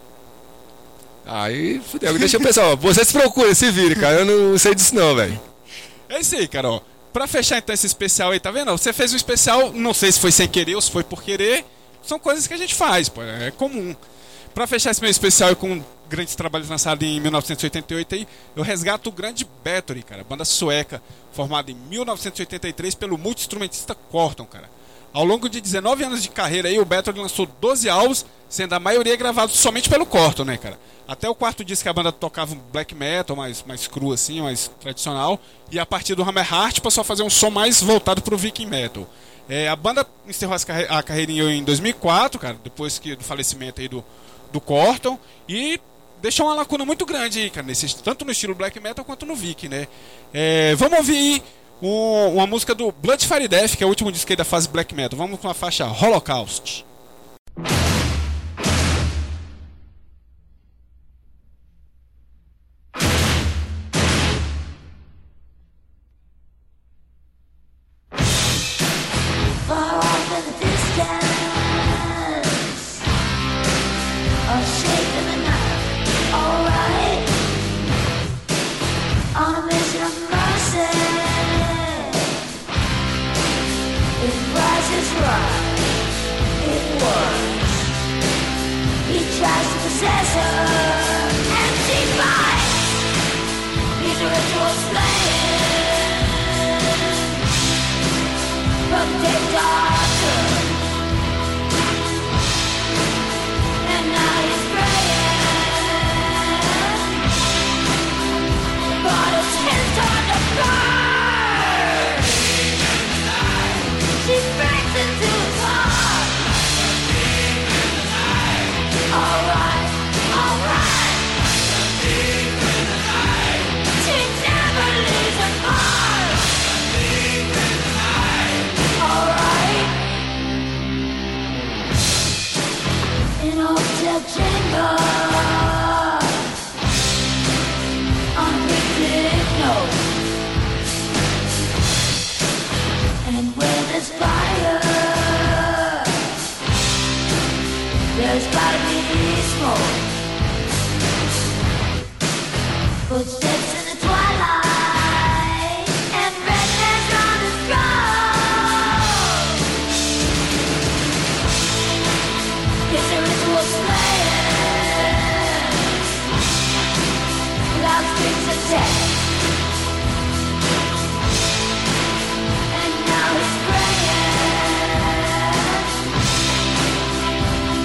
Aí, fudeu, deixa eu pensar, ó, você se procura, se vire, cara, eu não sei disso não, velho. É isso aí, cara, ó. Pra fechar então esse especial aí, tá vendo? Você fez um especial, não sei se foi sem querer ou se foi por querer, são coisas que a gente faz, pô, é comum. Pra fechar esse meu especial aí com grandes trabalhos lançados em mil novecentos e oitenta e oito aí, eu resgato o grande Bathory, cara, banda sueca, formada em mil novecentos e oitenta e três pelo multi-instrumentista Corton, cara. Ao longo de dezenove anos de carreira aí, o Bathory lançou doze álbuns, sendo a maioria gravados somente pelo Corton, né, cara? Até o quarto disco que a banda tocava um black metal mais, mais cru assim, mais tradicional, e a partir do Hammerheart passou a fazer um som mais voltado pro viking metal. É, a banda encerrou a carreira em dois mil e quatro, cara, depois que, do falecimento aí do, do Corton, e deixou uma lacuna muito grande aí, cara, nesse, tanto no estilo black metal quanto no viking, né? É, vamos ouvir aí um, uma música do Blood Fire Death, que é o último disco aí da fase black metal. Vamos com a faixa Holocaust.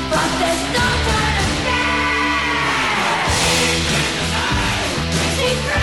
Secret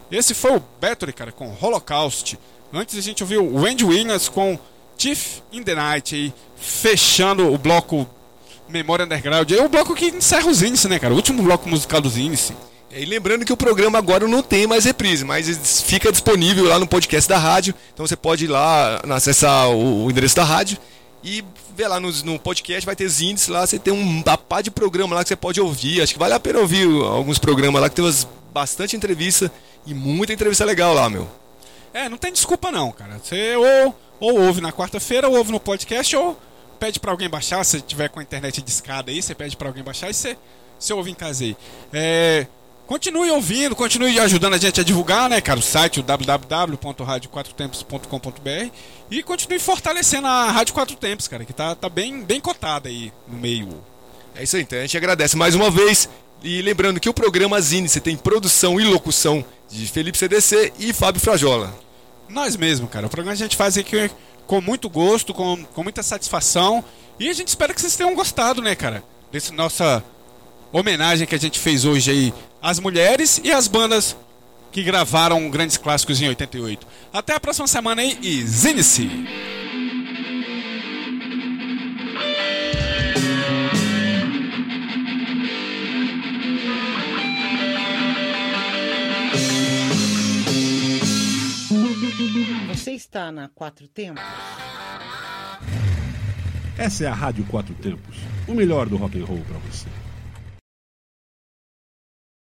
Esse foi o Battery, cara, com Holocaust. Antes a gente ouviu o Andy Williams com Thief in the Night, aí, fechando o bloco Memória Underground. É o bloco que encerra os índices, né, cara? O último bloco musical dos índices. E lembrando que o programa agora não tem mais reprise, mas fica disponível lá no podcast da rádio. Então você pode ir lá, acessar o, o endereço da rádio e ver lá no, no podcast, vai ter os índices lá. Você tem um pá de programa lá que você pode ouvir. Acho que vale a pena ouvir alguns programas lá, que tem umas, bastante entrevista e muita entrevista legal lá, meu. É, não tem desculpa não, cara. Você ou, ou ouve na quarta-feira, ou ouve no podcast, ou pede pra alguém baixar. Se tiver com a internet discada aí, você pede pra alguém baixar e você, você ouve em casa aí. É... Continue ouvindo, continue ajudando a gente a divulgar, né, cara, o site, o w w w ponto rádio quatro tempos ponto com ponto b r, e continue fortalecendo a Rádio Quatro Tempos, cara, que tá, tá bem, bem cotada aí no meio. É isso aí, então a gente agradece mais uma vez. E lembrando que o programa Zinice tem produção e locução de Felipe C D C e Fábio Frajola. Nós mesmo, cara, o programa a gente faz aqui com muito gosto, com, com muita satisfação, e a gente espera que vocês tenham gostado, né, cara, desse nossa homenagem que a gente fez hoje aí às mulheres e às bandas que gravaram grandes clássicos em oitenta e oito. Até a próxima semana aí e Zinice! Você está na Quatro Tempos? Essa é a Rádio Quatro Tempos, o melhor do rock and roll para você.